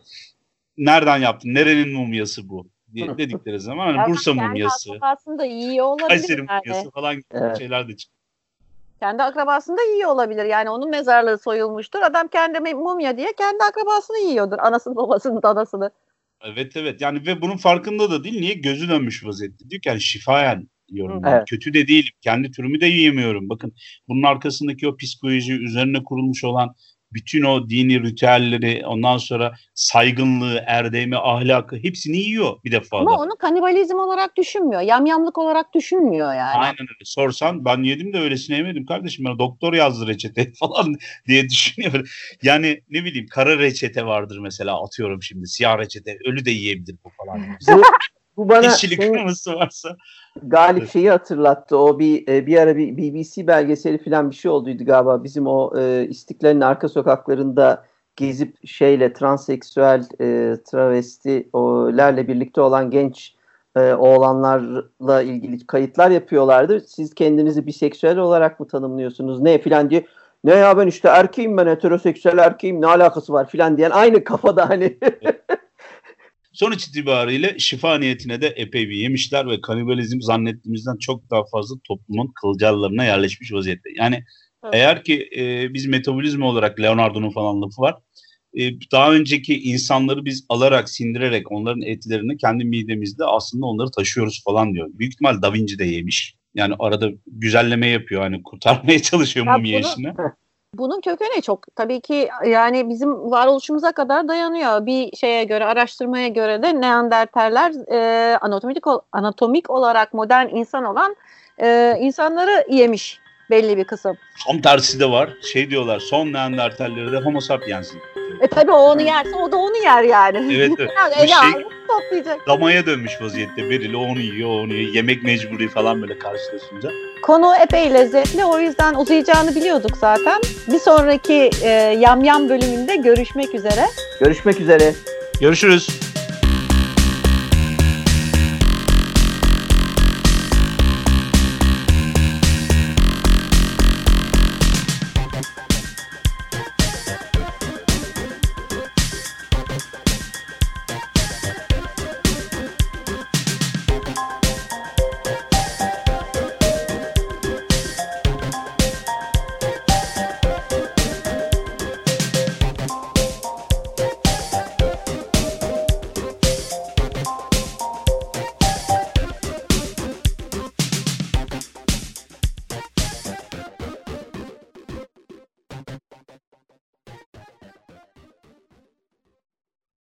Nereden yaptın? Nerenin mumyası bu? Diye dedikleri zaman hani Ya Bursa kendi mumyası, akrabasını da yiyor olabilir Kayseri yani. mumyası falan gibi Evet. şeyler de çıkıyor. Kendi akrabasını da yiyor olabilir. Yani onun mezarlığı soyulmuştur. Adam kendi mumya diye kendi akrabasını yiyordur. Anasını, babasını, danasını. Evet yani ve bunun farkında da değil. Niye? Gözü dönmüş vaziyette. Diyor ki yani şifayen yiyorum ben. Evet. Kötü de değilim. Kendi türümü de yiyemiyorum. Bakın bunun arkasındaki o psikoloji, üzerine kurulmuş olan bütün o dini ritüelleri, ondan sonra saygınlığı, erdemi, ahlakı hepsini yiyor bir Ama defada. onu kanibalizm olarak düşünmüyor. Yamyamlık olarak düşünmüyor yani. Aynen öyle. Sorsan ben yedim de öylesine yemedim kardeşim. Ben doktor yazdı reçete falan diye düşünüyorum. Yani ne bileyim, kara reçete vardır mesela, atıyorum şimdi. Siyah reçete, ölü de yiyebilir bu falan. Bu bana İşçilik senin kırmızısı varsa. Galip şeyi hatırlattı. O bir ara bir BBC belgeseli falan bir şey olduydu galiba. Bizim o İstiklal'in arka sokaklarında gezip şeyle transseksüel travestilerle birlikte olan genç oğlanlarla ilgili kayıtlar yapıyorlardı. Siz kendinizi biseksüel olarak mı tanımlıyorsunuz? Ne filan diye. Ne ya, ben işte erkeğim, ben heteroseksüel erkeğim, ne alakası var filan diyen aynı kafada hani. Sonuç itibariyle şifa niyetine de epey bir yemişler ve kanibalizm zannettiğimizden çok daha fazla toplumun kılcallarına yerleşmiş vaziyette. Yani eğer ki biz metabolizma olarak, Leonardo'nun falan lafı var, daha önceki insanları biz alarak, sindirerek onların etlerini kendi midemizde aslında onları taşıyoruz falan diyor. Büyük ihtimal Da Vinci de yemiş. Yani arada güzelleme yapıyor, hani kurtarmaya çalışıyor Ya mumya bunu işini. Bunun kökeni çok tabii ki yani bizim varoluşumuza kadar dayanıyor. Bir şeye göre, araştırmaya göre de Neandertaller anatomik olarak modern insan olan insanları yemiş belli bir kısım. Tam tersi de var. Şey diyorlar, son Neandertalleri de Homo sapiens'in. Tabii o onu yerse o da onu yer yani. Evet. Bu şey toplayacak. Damaya dönmüş vaziyette. Berili onu yiyor, onu yiyor. Yemek mecburi falan böyle karşılaşınca. Konu epey lezzetli. O yüzden uzayacağını biliyorduk zaten. Bir sonraki Yamyam bölümünde görüşmek üzere. Görüşmek üzere. Görüşürüz.